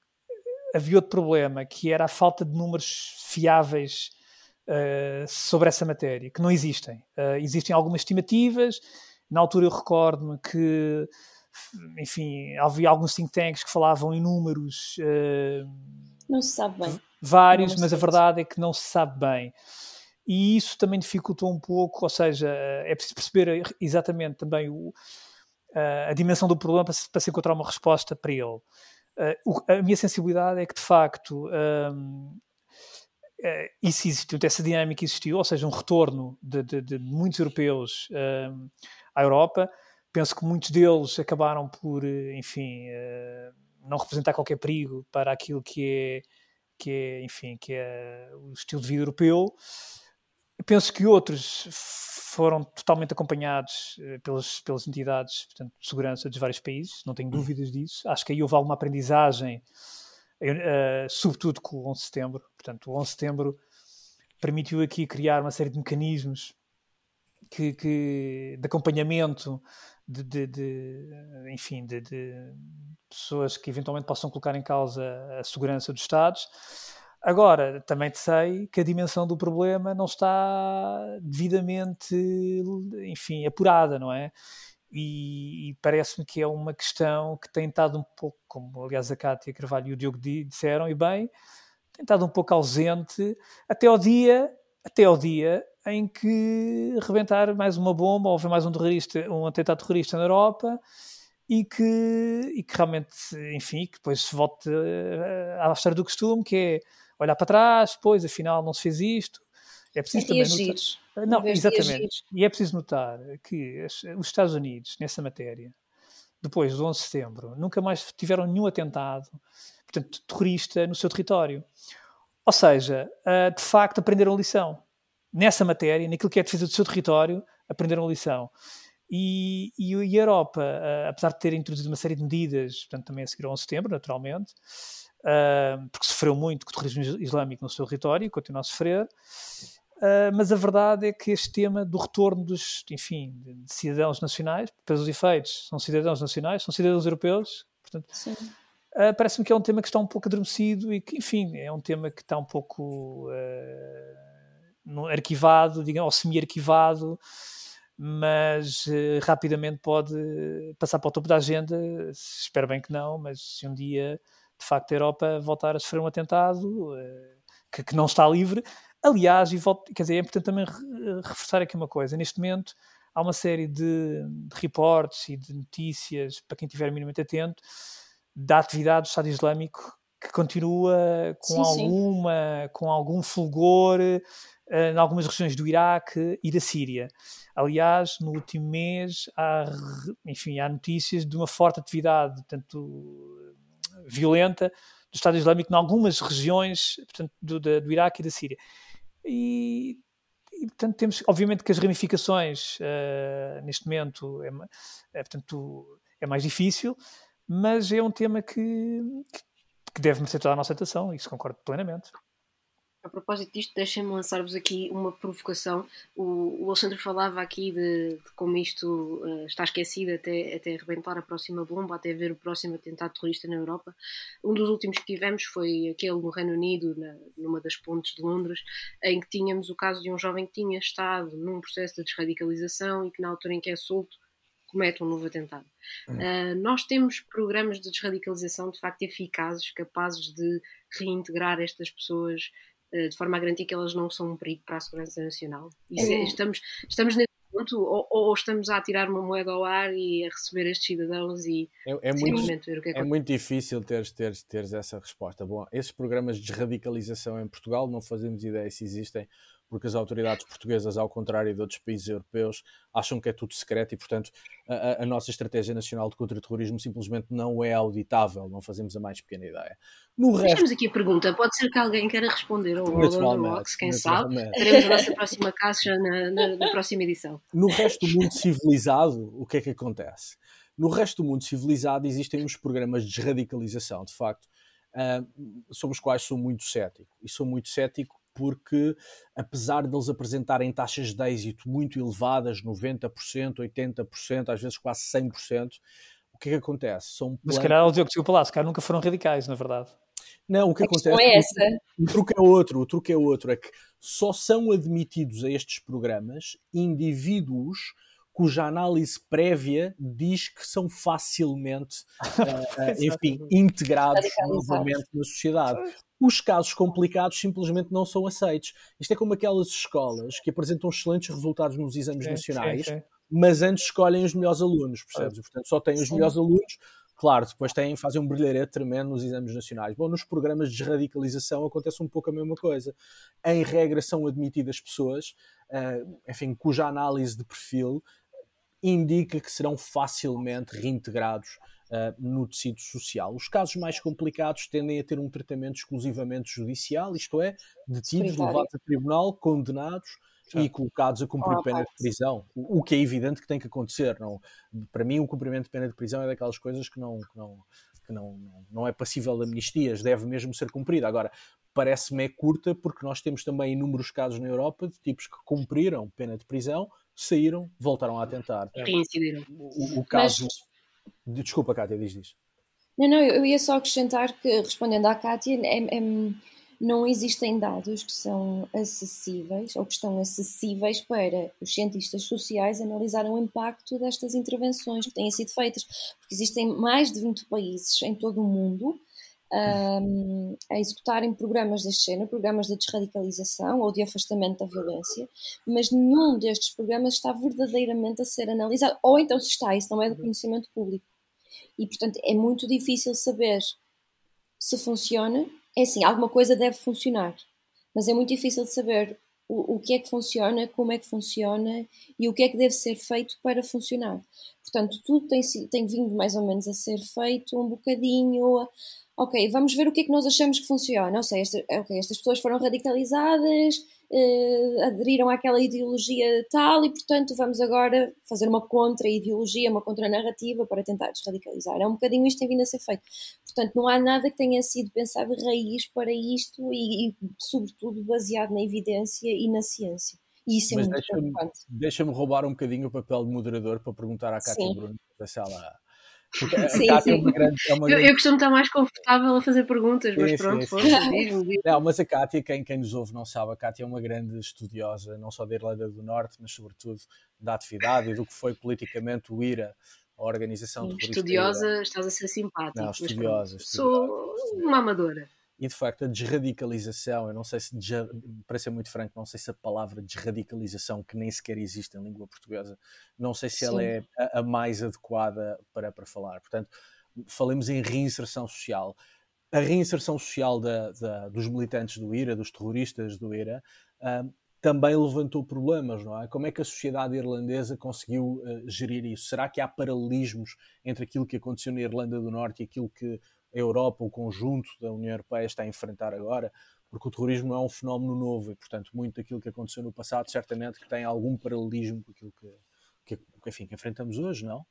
havia outro problema, que era a falta de números fiáveis uh, sobre essa matéria, que não existem. Uh, existem algumas estimativas. Na altura eu recordo-me que, enfim, havia alguns think tanks que falavam em números... Uh, não se sabe bem. Vários, mas a verdade é que não se sabe bem. E isso também dificultou um pouco, ou seja, é preciso perceber exatamente também o, a dimensão do problema para se, para se encontrar uma resposta para ele. Uh, a minha sensibilidade é que, de facto, um, uh, isso existiu, essa dinâmica existiu, ou seja, um retorno de, de, de muitos europeus um, à Europa. Penso que muitos deles acabaram por, enfim, uh, não representar qualquer perigo para aquilo que é, que é, enfim, que é o estilo de vida europeu. Penso que outros foram totalmente acompanhados uh, pelas, pelas entidades, portanto, de segurança dos vários países, não tenho dúvidas disso. Acho que aí houve alguma aprendizagem, uh, sobretudo com o onze de setembro. Portanto, o onze de setembro permitiu aqui criar uma série de mecanismos que, que, de acompanhamento de, de, de enfim, de, de pessoas que eventualmente possam colocar em causa a segurança dos Estados. Agora, também te sei que a dimensão do problema não está devidamente, enfim, apurada, não é? E, e parece-me que é uma questão que tem estado um pouco, como aliás a Cátia Carvalho e o Diogo disseram, e bem, tem estado um pouco ausente até ao dia, até ao dia em que rebentar mais uma bomba ou houver mais um terrorista, um atentado terrorista na Europa, e que, e que realmente, enfim, que depois se volte à história do costume, que é olhar para trás, pois afinal não se fez isto. É preciso também notar... Não, exatamente. E é preciso notar que os Estados Unidos, nessa matéria, depois do onze de setembro, nunca mais tiveram nenhum atentado, portanto, terrorista no seu território. Ou seja, de facto aprenderam a lição. Nessa matéria, naquilo que é a defesa do seu território, aprenderam a lição. E, e, e a Europa, uh, apesar de ter introduzido uma série de medidas, portanto, também a seguir ao onze de setembro, naturalmente, uh, porque sofreu muito com o terrorismo islâmico no seu território e continua a sofrer, uh, mas a verdade é que este tema do retorno dos, enfim, de, de cidadãos nacionais, pelos efeitos, são cidadãos nacionais, são cidadãos europeus, portanto, uh, parece-me que é um tema que está um pouco adormecido e que, enfim, é um tema que está um pouco uh, arquivado, digamos, ou semi-arquivado, mas uh, rapidamente pode passar para o topo da agenda. Espero bem que não, mas se um dia de facto a Europa voltar a sofrer um atentado uh, que, que não está livre, aliás, e volto, quer dizer, é importante também re- reforçar aqui uma coisa, neste momento há uma série de, de reportes e de notícias, para quem estiver minimamente atento, da atividade do Estado Islâmico que que continua com, Sim, sim. alguma, com algum fulgor uh, em algumas regiões do Iraque e da Síria. Aliás, no último mês há, enfim, há notícias de uma forte atividade, portanto, violenta do Estado Islâmico em algumas regiões, portanto, do, do, do Iraque e da Síria. E, e, portanto, temos, obviamente, que as ramificações uh, neste momento é, é, portanto, é mais difícil, mas é um tema que, que, que deve merecer toda a nossa atenção, e isso concordo plenamente. A propósito disto, deixem-me lançar-vos aqui uma provocação. O, o Alexandre falava aqui de, de como isto uh, está esquecido até, até arrebentar a próxima bomba, até ver o próximo atentado terrorista na Europa. Um dos últimos que tivemos foi aquele no Reino Unido, na, numa das pontes de Londres, em que tínhamos o caso de um jovem que tinha estado num processo de desradicalização e que na altura em que é solto comete um novo atentado. Uh, nós temos programas de desradicalização de facto eficazes, capazes de reintegrar estas pessoas de forma a garantir que elas não são um perigo para a segurança nacional. Isso é, estamos, estamos nesse ponto, ou, ou estamos a atirar uma moeda ao ar e a receber estes cidadãos e é, é, muito, ver o que é, é muito difícil teres, teres, teres essa resposta. Bom, esses programas de desradicalização em Portugal não fazemos ideia se existem, porque as autoridades portuguesas, ao contrário de outros países europeus, acham que é tudo secreto e, portanto, a, a nossa estratégia nacional de contra-terrorismo simplesmente não é auditável, não fazemos a mais pequena ideia. No resto... Deixamos aqui a pergunta, pode ser que alguém queira responder, ou ao Box, quem sabe, teremos a nossa próxima caixa na, na, na próxima edição. No resto do mundo civilizado, o que é que acontece? No resto do mundo civilizado existem uns programas de desradicalização, de facto, uh, sobre os quais sou muito cético. E sou muito cético porque, apesar deles apresentarem taxas de êxito muito elevadas, noventa por cento, oitenta por cento, às vezes quase cem por cento, o que é que acontece? São Mas se calhar, Diogo, desculpa lá, se calhar nunca foram radicais, na verdade. Não, o que a acontece é essa. O, o truque é outro, o truque é outro, é que só são admitidos a estes programas indivíduos cuja análise prévia diz que são facilmente, uh, uh, enfim, integrados novamente na sociedade. Os casos complicados simplesmente não são aceitos. Isto é como aquelas escolas que apresentam excelentes resultados nos exames sim, nacionais, sim, sim. mas antes escolhem os melhores alunos, percebes? Portanto, só têm os sim. melhores alunos. Claro, depois têm, fazem um brilharete tremendo nos exames nacionais. Bom, nos programas de desradicalização acontece um pouco a mesma coisa. Em regra, são admitidas pessoas, uh, enfim, cuja análise de perfil indica que serão facilmente reintegrados uh, no tecido social. Os casos mais complicados tendem a ter um tratamento exclusivamente judicial, isto é, detidos, levados a tribunal, condenados Sim. e colocados a cumprir oh, pena de prisão, o, o que é evidente que tem que acontecer. Não, para mim, o cumprimento de pena de prisão é daquelas coisas que não, que não, que não, não, não é passível de amnistias, deve mesmo ser cumprida. Agora, parece-me é curta porque nós temos também inúmeros casos na Europa de tipos que cumpriram pena de prisão, saíram, voltaram a tentar. Reincidiram. O, o caso... Mas... Desculpa, Cátia, diz disso. Não, não, eu ia só acrescentar que, respondendo à Cátia, é, é, não existem dados que são acessíveis ou que estão acessíveis para os cientistas sociais analisarem o impacto destas intervenções que têm sido feitas, porque existem mais de vinte países em todo o mundo Um, a executarem programas deste género, programas de desradicalização ou de afastamento da violência, mas nenhum destes programas está verdadeiramente a ser analisado, ou então se está, isso não é do conhecimento público. E, portanto, é muito difícil saber se funciona. É assim, alguma coisa deve funcionar, mas é muito difícil de saber o, o que é que funciona, como é que funciona e o que é que deve ser feito para funcionar. Portanto, tudo tem, tem vindo mais ou menos a ser feito um bocadinho... Ok, vamos ver o que é que nós achamos que funciona. Ou seja, esta, okay, estas pessoas foram radicalizadas, eh, aderiram àquela ideologia tal e, portanto, vamos agora fazer uma contra-ideologia, uma contra-narrativa para tentar desradicalizar. É um bocadinho isto que tem vindo a ser feito. Portanto, não há nada que tenha sido pensado de raiz para isto e, e sobretudo, baseado na evidência e na ciência. E isso é Mas muito deixa-me, preocupante. Deixa-me roubar um bocadinho o papel de moderador para perguntar à Cátia Bruno se ela... Porque a sim, Cátia sim. É uma grande, é uma grande... Eu, eu costumo estar mais confortável a fazer perguntas, sim, mas pronto, força, diz-me, diz-me. Não, mas a Cátia, quem, quem nos ouve não sabe, a Cátia é uma grande estudiosa, não só da Irlanda do Norte, mas sobretudo da atividade e do que foi politicamente o I R A, a Organização Terrorista. Estudiosa, estás a ser simpática. Não, estudiosa, estudiosa. Sou estudiosa. Uma amadora. E de facto a desradicalização, eu não sei se, para ser muito franco, não sei se a palavra desradicalização, que nem sequer existe em língua portuguesa, não sei se Sim. ela é a, a mais adequada para, para falar. Portanto, falemos em reinserção social. a reinserção social da, da, dos militantes do I R A, dos terroristas do I R A, uh, também levantou problemas, não é? Como é que a sociedade irlandesa conseguiu uh, gerir isso? Será que há paralelismos entre aquilo que aconteceu na Irlanda do Norte e aquilo que a Europa, o conjunto da União Europeia está a enfrentar agora? Porque o terrorismo é um fenómeno novo e, portanto, muito daquilo que aconteceu no passado certamente que tem algum paralelismo com aquilo que, que, enfim, que enfrentamos hoje, não?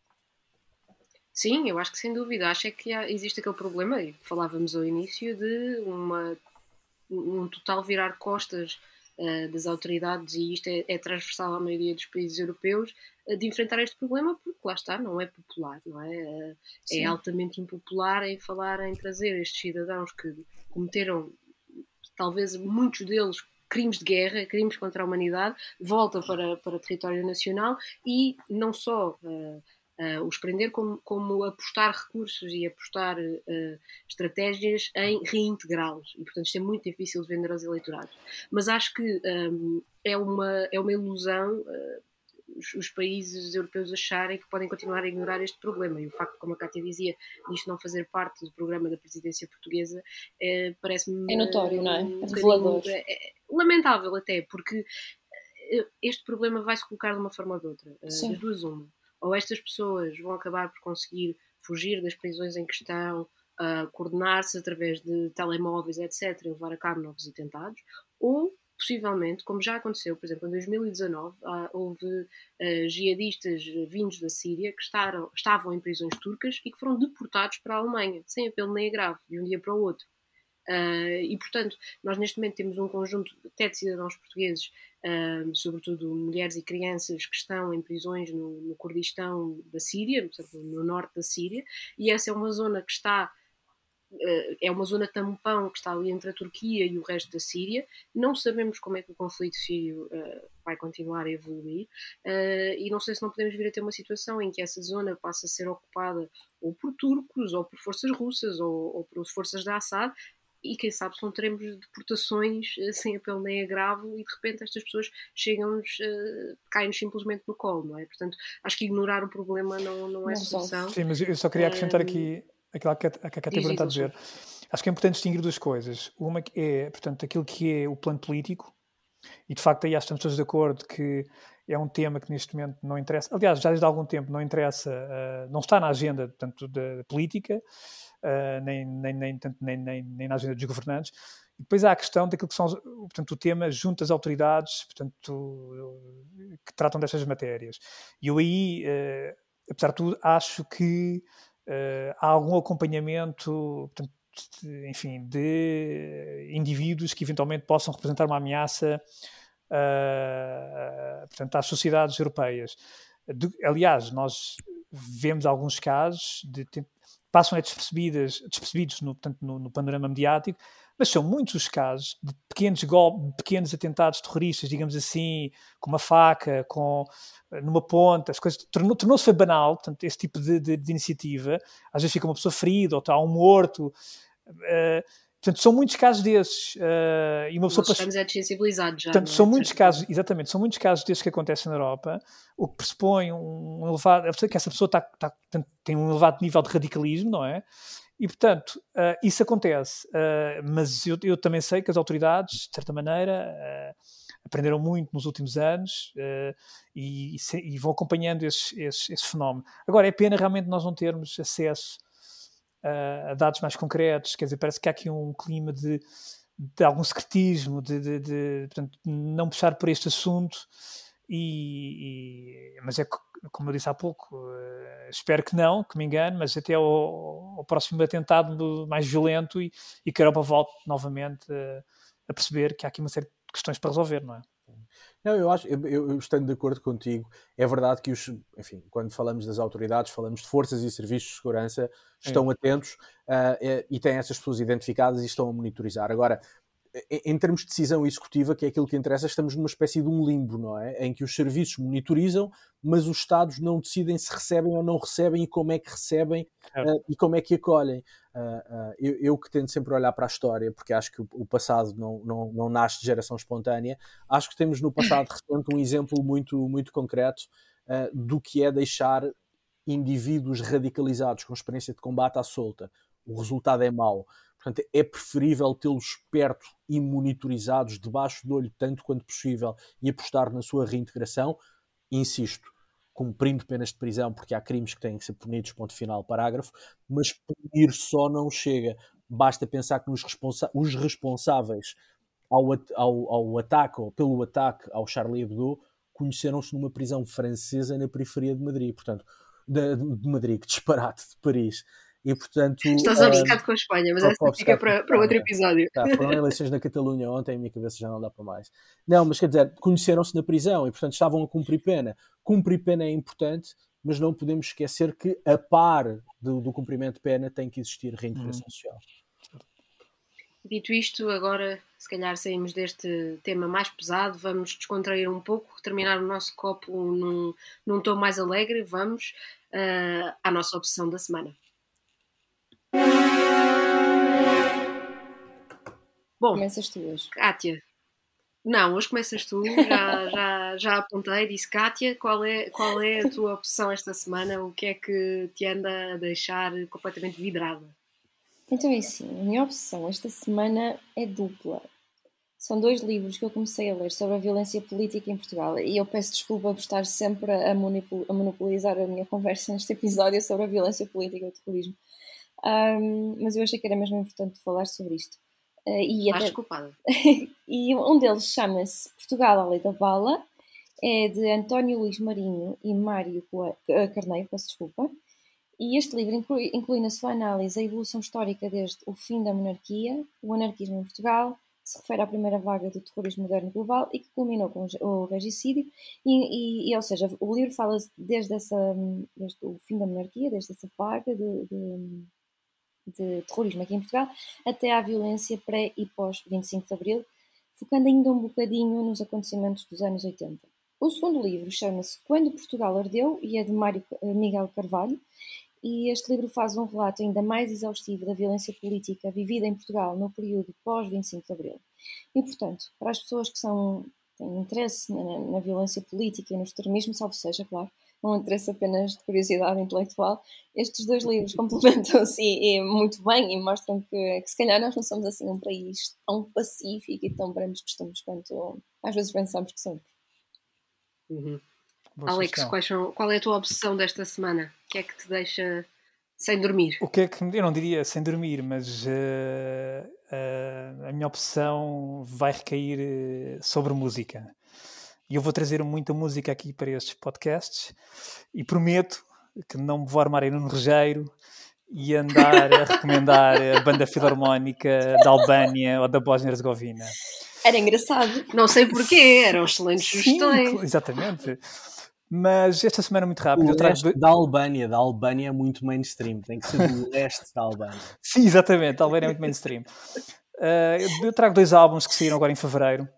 Sim, eu acho que sem dúvida. Acho é que há, existe aquele problema, e falávamos ao início, de uma, um total virar costas uh, das autoridades, e isto é, é transversal à maioria dos países europeus, uh, de enfrentar este problema, porque lá está, não é popular, não é? Uh, é altamente impopular em falar em trazer estes cidadãos que cometeram, talvez muitos deles, crimes de guerra, crimes contra a humanidade, voltam para, para o território nacional e não só... Uh, Uh, os prender, como, como apostar recursos e apostar uh, estratégias em reintegrá-los. E, portanto, isto é muito difícil de vender aos eleitorados. Mas acho que um, é, uma, é uma ilusão uh, os, os países europeus acharem que podem continuar a ignorar este problema. E o facto, como a Cátia dizia, disto não fazer parte do programa da presidência portuguesa, uh, parece-me... É notório, não é? Um Revelador. É, é, lamentável até, porque este problema vai-se colocar de uma forma ou de outra. Uh, das duas uma. Ou estas pessoas vão acabar por conseguir fugir das prisões em questão, uh, coordenar-se através de telemóveis, etcétera, e levar a cabo novos atentados, ou, possivelmente, como já aconteceu, por exemplo, em dois mil e dezanove, uh, houve uh, jihadistas vindos da Síria que estaram, estavam em prisões turcas e que foram deportados para a Alemanha, sem apelo nem agravo, de um dia para o outro. Uh, e, portanto, nós neste momento temos um conjunto até de cidadãos portugueses, uh, sobretudo mulheres e crianças, que estão em prisões no, no Kurdistão da Síria, portanto, no norte da Síria, e essa é uma zona que está, uh, é uma zona tampão que está ali entre a Turquia e o resto da Síria. Não sabemos como é que o conflito sírio uh, vai continuar a evoluir, uh, e não sei se não podemos vir a ter uma situação em que essa zona passa a ser ocupada ou por turcos, ou por forças russas, ou, ou por forças da Assad, e quem sabe se não teremos deportações sem apelo nem agravo e de repente estas pessoas chegam-nos, uh, caem-nos simplesmente no colo, não é? Portanto, acho que ignorar o problema não, não é Não solução. Sim, mas eu só queria acrescentar um, aqui aquilo que a Cátia está a dizer. Acho que é importante distinguir duas coisas. Uma é, portanto, aquilo que é o plano político, e de facto aí acho que estamos todos de acordo que é um tema que neste momento não interessa, aliás, já desde há algum tempo não interessa, uh, não está na agenda, portanto, da política, Uh, nem, nem, nem, tanto, nem, nem, nem na agenda dos governantes. E depois há a questão daquilo que são, portanto, o tema junto às autoridades, portanto, que tratam destas matérias. E eu aí, uh, apesar de tudo, acho que uh, há algum acompanhamento, portanto, de, enfim, de indivíduos que eventualmente possam representar uma ameaça uh, portanto, às sociedades europeias. De, aliás, nós vemos alguns casos de passam a despercebidas, despercebidos no, portanto, no, no panorama mediático, mas são muitos os casos de pequenos golpes, pequenos atentados terroristas, digamos assim, com uma faca, com, numa ponta, as coisas, tornou, tornou-se banal, portanto, esse tipo de, de, de iniciativa. Às vezes fica uma pessoa ferida, ou está um morto. Uh, portanto, são muitos casos desses. Uh, e uma pessoa Nós estamos é desensibilizados já. Portanto, não é? são muitos casos, exatamente, são muitos casos desses que acontecem na Europa, o que pressupõe um elevado, que essa pessoa está, está, tem um elevado nível de radicalismo, não é? E, portanto, uh, isso acontece. Uh, mas eu, eu também sei que as autoridades, de certa maneira, uh, aprenderam muito nos últimos anos uh, e, e, e vão acompanhando esse, esse, esse fenómeno. Agora, é pena realmente nós não termos acesso uh, a dados mais concretos, quer dizer, parece que há aqui um clima de de algum secretismo, de, de, de portanto, não puxar por este assunto, e, e, mas é como eu disse há pouco, uh, espero que não, que me engane, mas até ao, ao próximo atentado mais violento e, e que a Europa volte novamente uh, a perceber que há aqui uma série de questões para resolver, não é? Não, eu acho, eu, eu estando de acordo contigo, é verdade que os, enfim, quando falamos das autoridades, falamos de forças e serviços de segurança, estão é. atentos uh, e, e têm essas pessoas identificadas e estão a monitorizar. Agora, em, em termos de decisão executiva, que é aquilo que interessa, estamos numa espécie de um limbo, não é? Em que os serviços monitorizam, mas os Estados não decidem se recebem ou não recebem e como é que recebem uh, e como é que acolhem. Uh, uh, eu, eu que tento sempre olhar para a história, porque acho que o, o passado não, não, não nasce de geração espontânea, acho que temos no passado recente um exemplo muito, muito concreto uh, do que é deixar indivíduos radicalizados com experiência de combate à solta. O resultado é mau. Portanto, é preferível tê-los perto e monitorizados, debaixo do olho, tanto quanto possível, e apostar na sua reintegração, insisto, cumprindo penas de prisão, porque há crimes que têm que ser punidos, ponto final, parágrafo, mas punir só não chega. Basta pensar que nos responsa- os responsáveis ao, at- ao, ao ataque, ou pelo ataque ao Charlie Hebdo, conheceram-se numa prisão francesa na periferia de Madrid, portanto, de, de Madrid, que disparate, de Paris. E, portanto, Estás obcecado com a Espanha, mas essa fica para, para outro episódio. Tá, foram eleições na Catalunha ontem, a minha cabeça já não dá para mais. Não, mas quer dizer, conheceram-se na prisão e, portanto, estavam a cumprir pena. Cumprir pena é importante, mas não podemos esquecer que, a par do, do cumprimento de pena, tem que existir reintegração hum. social. Dito isto, agora, se calhar saímos deste tema mais pesado, vamos descontrair um pouco, terminar o nosso copo num, num tom mais alegre, vamos uh, à nossa obsessão da semana. Bom, começas tu hoje. Kátia. Não, hoje começas tu, já, já, já apontei, disse Kátia, qual é, qual é a tua opção esta semana? O que é que te anda a deixar completamente vidrada? Então é assim, a minha opção esta semana é dupla. São dois livros que eu comecei a ler sobre a violência política em Portugal e eu peço desculpa por estar sempre a monopolizar a minha conversa neste episódio sobre a violência política e o terrorismo. Um, mas eu achei que era mesmo importante falar sobre isto. Uh, e Estás até... desculpada. E um deles chama-se Portugal, a Lei da Bala, é de António Luís Marinho e Mário Carneiro, peço desculpa. E este livro inclui, inclui na sua análise a evolução histórica desde o fim da monarquia, o anarquismo em Portugal, que se refere à primeira vaga do terrorismo moderno global e que culminou com o regicídio. E, e, e, ou seja, o livro fala desde, essa, desde o fim da monarquia, desde essa vaga de, de, de terrorismo aqui em Portugal, até à violência pré e pós vinte e cinco de Abril, focando ainda um bocadinho nos acontecimentos dos anos oitenta. O segundo livro chama-se Quando Portugal Ardeu e é de Mário Miguel Carvalho. E este livro faz um relato ainda mais exaustivo da violência política vivida em Portugal no período pós vinte e cinco de Abril. E, portanto, para as pessoas que são, têm interesse na, na violência política e no extremismo, salvo seja, claro, não interesse apenas de curiosidade intelectual, estes dois livros complementam-se muito bem e mostram que, que, se calhar, nós não somos assim um país tão pacífico e tão brandos costumes quanto às vezes pensamos que somos. Uhum. Alex, quais são, qual é a tua obsessão desta semana? O que é que te deixa sem dormir? O que é que, eu não diria sem dormir, mas uh, uh, a minha obsessão vai recair uh, sobre música. E eu vou trazer muita música aqui para estes podcasts e prometo que não me vou armar aí num rejeiro e andar a recomendar a banda filarmónica da Albânia ou da Bósnia-Herzegovina. Era engraçado. Não sei porquê, eram excelentes sugestões. Sim, exatamente. Mas esta semana muito rápido. O eu trago leste da Albânia, da Albânia é muito mainstream, tem que ser do leste da Albânia. Sim, exatamente, a Albânia é muito mainstream. Uh, eu trago dois álbuns que saíram agora em fevereiro,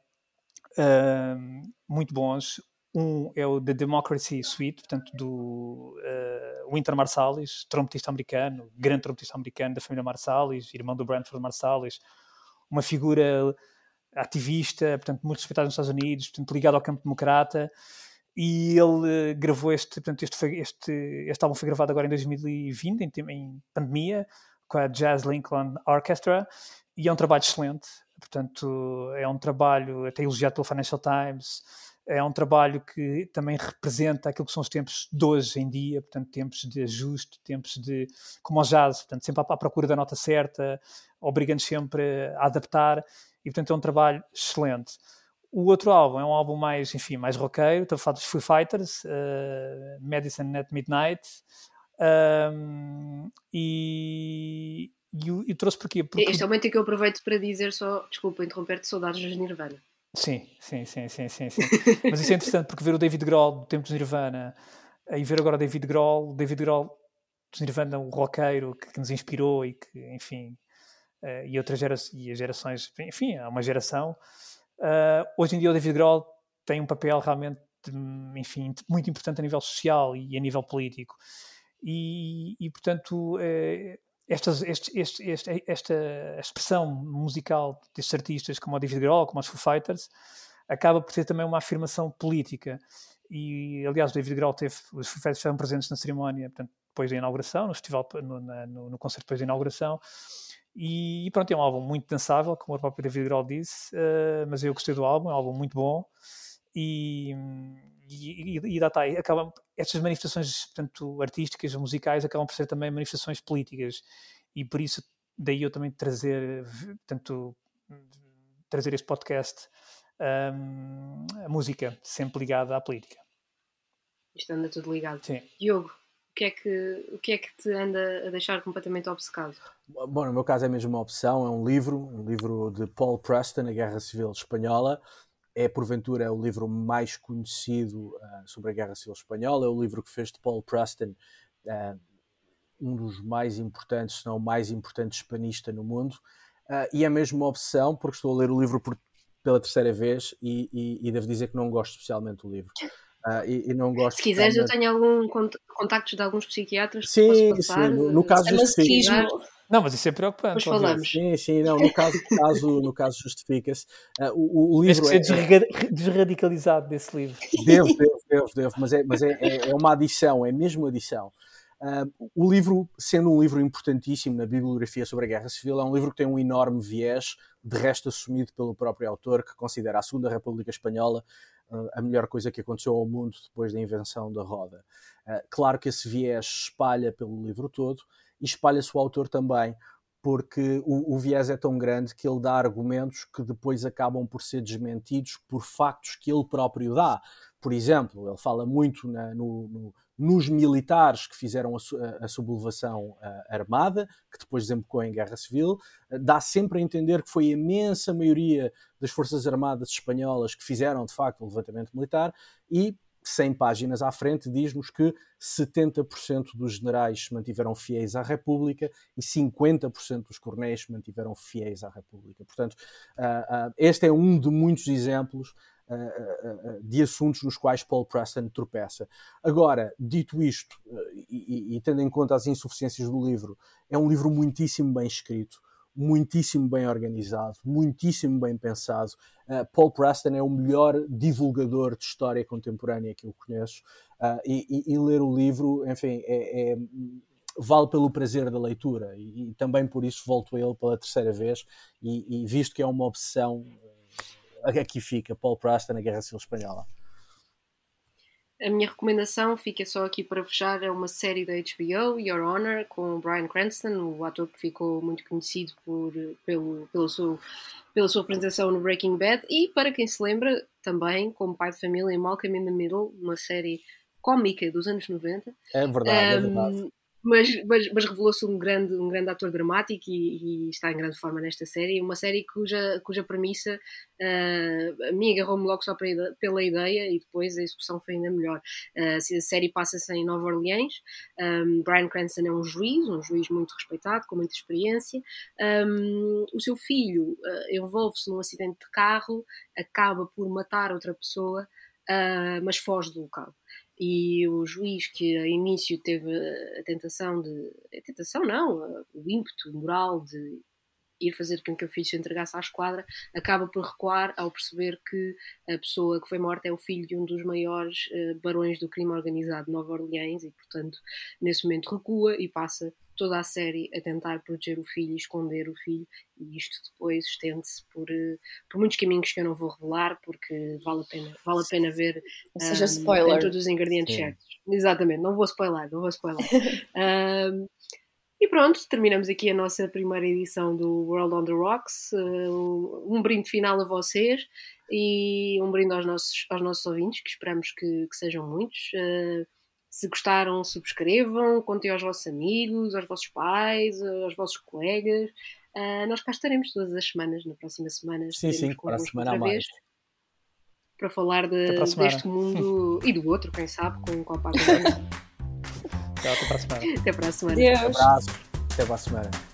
uh, muito bons. Um é o The Democracy Suite, portanto, do uh, Wynton Marsalis, trompetista americano, grande trompetista americano da família Marsalis, irmão do Branford Marsalis, uma figura ativista, portanto, muito respeitado nos Estados Unidos, portanto, ligado ao campo democrata. E ele uh, gravou este, portanto, este, foi, este, este álbum foi gravado agora em dois mil e vinte, em, em pandemia, com a Jazz Lincoln Orchestra, e é um trabalho excelente. Portanto, é um trabalho até elogiado pelo Financial Times, é um trabalho que também representa aquilo que são os tempos de hoje em dia, portanto, tempos de ajuste, tempos de, como o jazz, portanto, sempre à, à procura da nota certa, obrigando sempre a adaptar, e portanto é um trabalho excelente. O outro álbum é um álbum mais, enfim, mais roqueiro, estou a falar dos Foo Fighters, uh, Medicine at Midnight, um, e, e, e trouxe porquê? Porque... Este é o momento em que eu aproveito para dizer só, desculpa interromper-te, saudades de Nirvana. Sim, sim, sim, sim, sim, sim. Mas isso é interessante porque ver o David Grohl do tempo de Nirvana e ver agora o David Grohl, David Grohl de Nirvana, o roqueiro que, que nos inspirou e que, enfim, uh, e outras gerações, e as gerações, enfim, há uma geração. Uh, hoje em dia o David Grohl tem um papel realmente, enfim, muito importante a nível social e a nível político. E, e portanto, uh, Estas, este, este, este, esta expressão musical destes artistas como o David Grohl, como os Foo Fighters, acaba por ter também uma afirmação política. E, aliás, o David Grohl teve, os Foo Fighters estavam presentes na cerimónia, portanto, depois da inauguração, no festival, no, na, no, no concerto depois da inauguração, E, e pronto, é um álbum muito dançável, como o próprio David Grohl disse, uh, mas eu gostei do álbum, é um álbum muito bom. E, e, e, e tá, acabam, estas manifestações, portanto, artísticas, musicais, acabam por ser também manifestações políticas. E por isso, daí eu também trazer, portanto, trazer este podcast, um, a música sempre ligada à política. Isto anda tudo ligado. Sim. Diogo, o que, é que, o que é que te anda a deixar completamente obcecado? Bom, no meu caso é mesmo uma opção, é um livro, um livro de Paul Preston, A Guerra Civil Espanhola. É, porventura, é o livro mais conhecido uh, sobre a Guerra Civil Espanhola. É o livro que fez de Paul Preston uh, um dos mais importantes, se não o mais importante hispanista no mundo. Uh, e é mesmo uma opção, porque estou a ler o livro por, pela terceira vez e, e, e devo dizer que não gosto especialmente do livro. Uh, e, e não gosto Se quiseres, eu tenho algum contactos de alguns psiquiatras que sim, posso passar. Sim, no, no caso justifica. Não, mas isso é preocupante. Depois falamos. Sim, sim, não, no caso, no caso, no caso justifica-se. Uh, o, o livro Tens que ser é, desradicalizado desse livro. Devo, devo, devo, devo, mas, é, mas é, é, é uma adição, é mesmo adição. Uh, o livro, sendo um livro importantíssimo na bibliografia sobre a Guerra Civil, é um livro que tem um enorme viés, de resto assumido pelo próprio autor, que considera a Segunda República Espanhola uh, a melhor coisa que aconteceu ao mundo depois da invenção da roda. Uh, claro que esse viés espalha pelo livro todo e espalha-se o autor também, porque o, o viés é tão grande que ele dá argumentos que depois acabam por ser desmentidos por factos que ele próprio dá. Por exemplo, ele fala muito na, no, no, nos militares que fizeram a, a sublevação uh, armada, que depois desembocou em guerra civil, uh, dá sempre a entender que foi a imensa maioria das forças armadas espanholas que fizeram, de facto, o levantamento militar, e cem páginas à frente diz-nos que setenta por cento dos generais se mantiveram fiéis à República e cinquenta por cento dos coronéis se mantiveram fiéis à República. Portanto, uh, uh, este é um de muitos exemplos uh, uh, uh, de assuntos nos quais Paul Preston tropeça. Agora, dito isto, uh, e, e, e tendo em conta as insuficiências do livro, é um livro muitíssimo bem escrito, muitíssimo bem organizado, muitíssimo bem pensado. Uh, Paul Preston é o melhor divulgador de história contemporânea que eu conheço, uh, e, e, e ler o livro, enfim, é, é, vale pelo prazer da leitura, e, e também por isso volto a ele pela terceira vez, e, e visto que é uma obsessão, uh, aqui fica Paul Preston, A Guerra Civil Espanhola. A minha recomendação, fica só aqui para fechar, é uma série da H B O, Your Honor, com o Bryan Cranston, o ator que ficou muito conhecido por, pelo, pelo seu, pela sua apresentação no Breaking Bad, e para quem se lembra, também, como pai de família, em Malcolm in the Middle, uma série cómica dos anos noventa. É verdade, um, é verdade. Mas, mas, mas revelou-se um grande, um grande ator dramático e, e está em grande forma nesta série. Uma série cuja, cuja premissa uh, a mim agarrou-me logo só pela, pela ideia, e depois a execução foi ainda melhor. Uh, a série passa-se em Nova Orleans. Um, Bryan Cranston é um juiz, um juiz muito respeitado, com muita experiência. Um, o seu filho uh, envolve-se num acidente de carro, acaba por matar outra pessoa, uh, mas foge do local. E o juiz, que a início teve a tentação de... A tentação não, o ímpeto moral de ir fazer com que o filho se entregasse à esquadra, acaba por recuar ao perceber que a pessoa que foi morta é o filho de um dos maiores uh, barões do crime organizado de Nova Orleans, e portanto nesse momento recua e passa toda a série a tentar proteger o filho e esconder o filho, e isto depois estende-se por, uh, por muitos caminhos que eu não vou revelar, porque vale a pena, vale a pena ver. Ou seja, um, spoiler. Tem todos os ingredientes Sim. certos. Exatamente, não vou spoiler, não vou spoiler. um, E pronto, terminamos aqui a nossa primeira edição do World on the Rocks. Uh, um brinde final a vocês e um brinde aos nossos, aos nossos ouvintes, que esperamos que, que sejam muitos. Uh, se gostaram, subscrevam, contem aos vossos amigos, aos vossos pais, aos vossos colegas. Uh, nós cá estaremos todas as semanas, na próxima semana. Sim, sim, para a semana a mais. Para falar de, deste mundo e do outro, quem sabe, com qual parte. Até para a semana. Até para a semana. Deus. Um abraço. Até para a semana.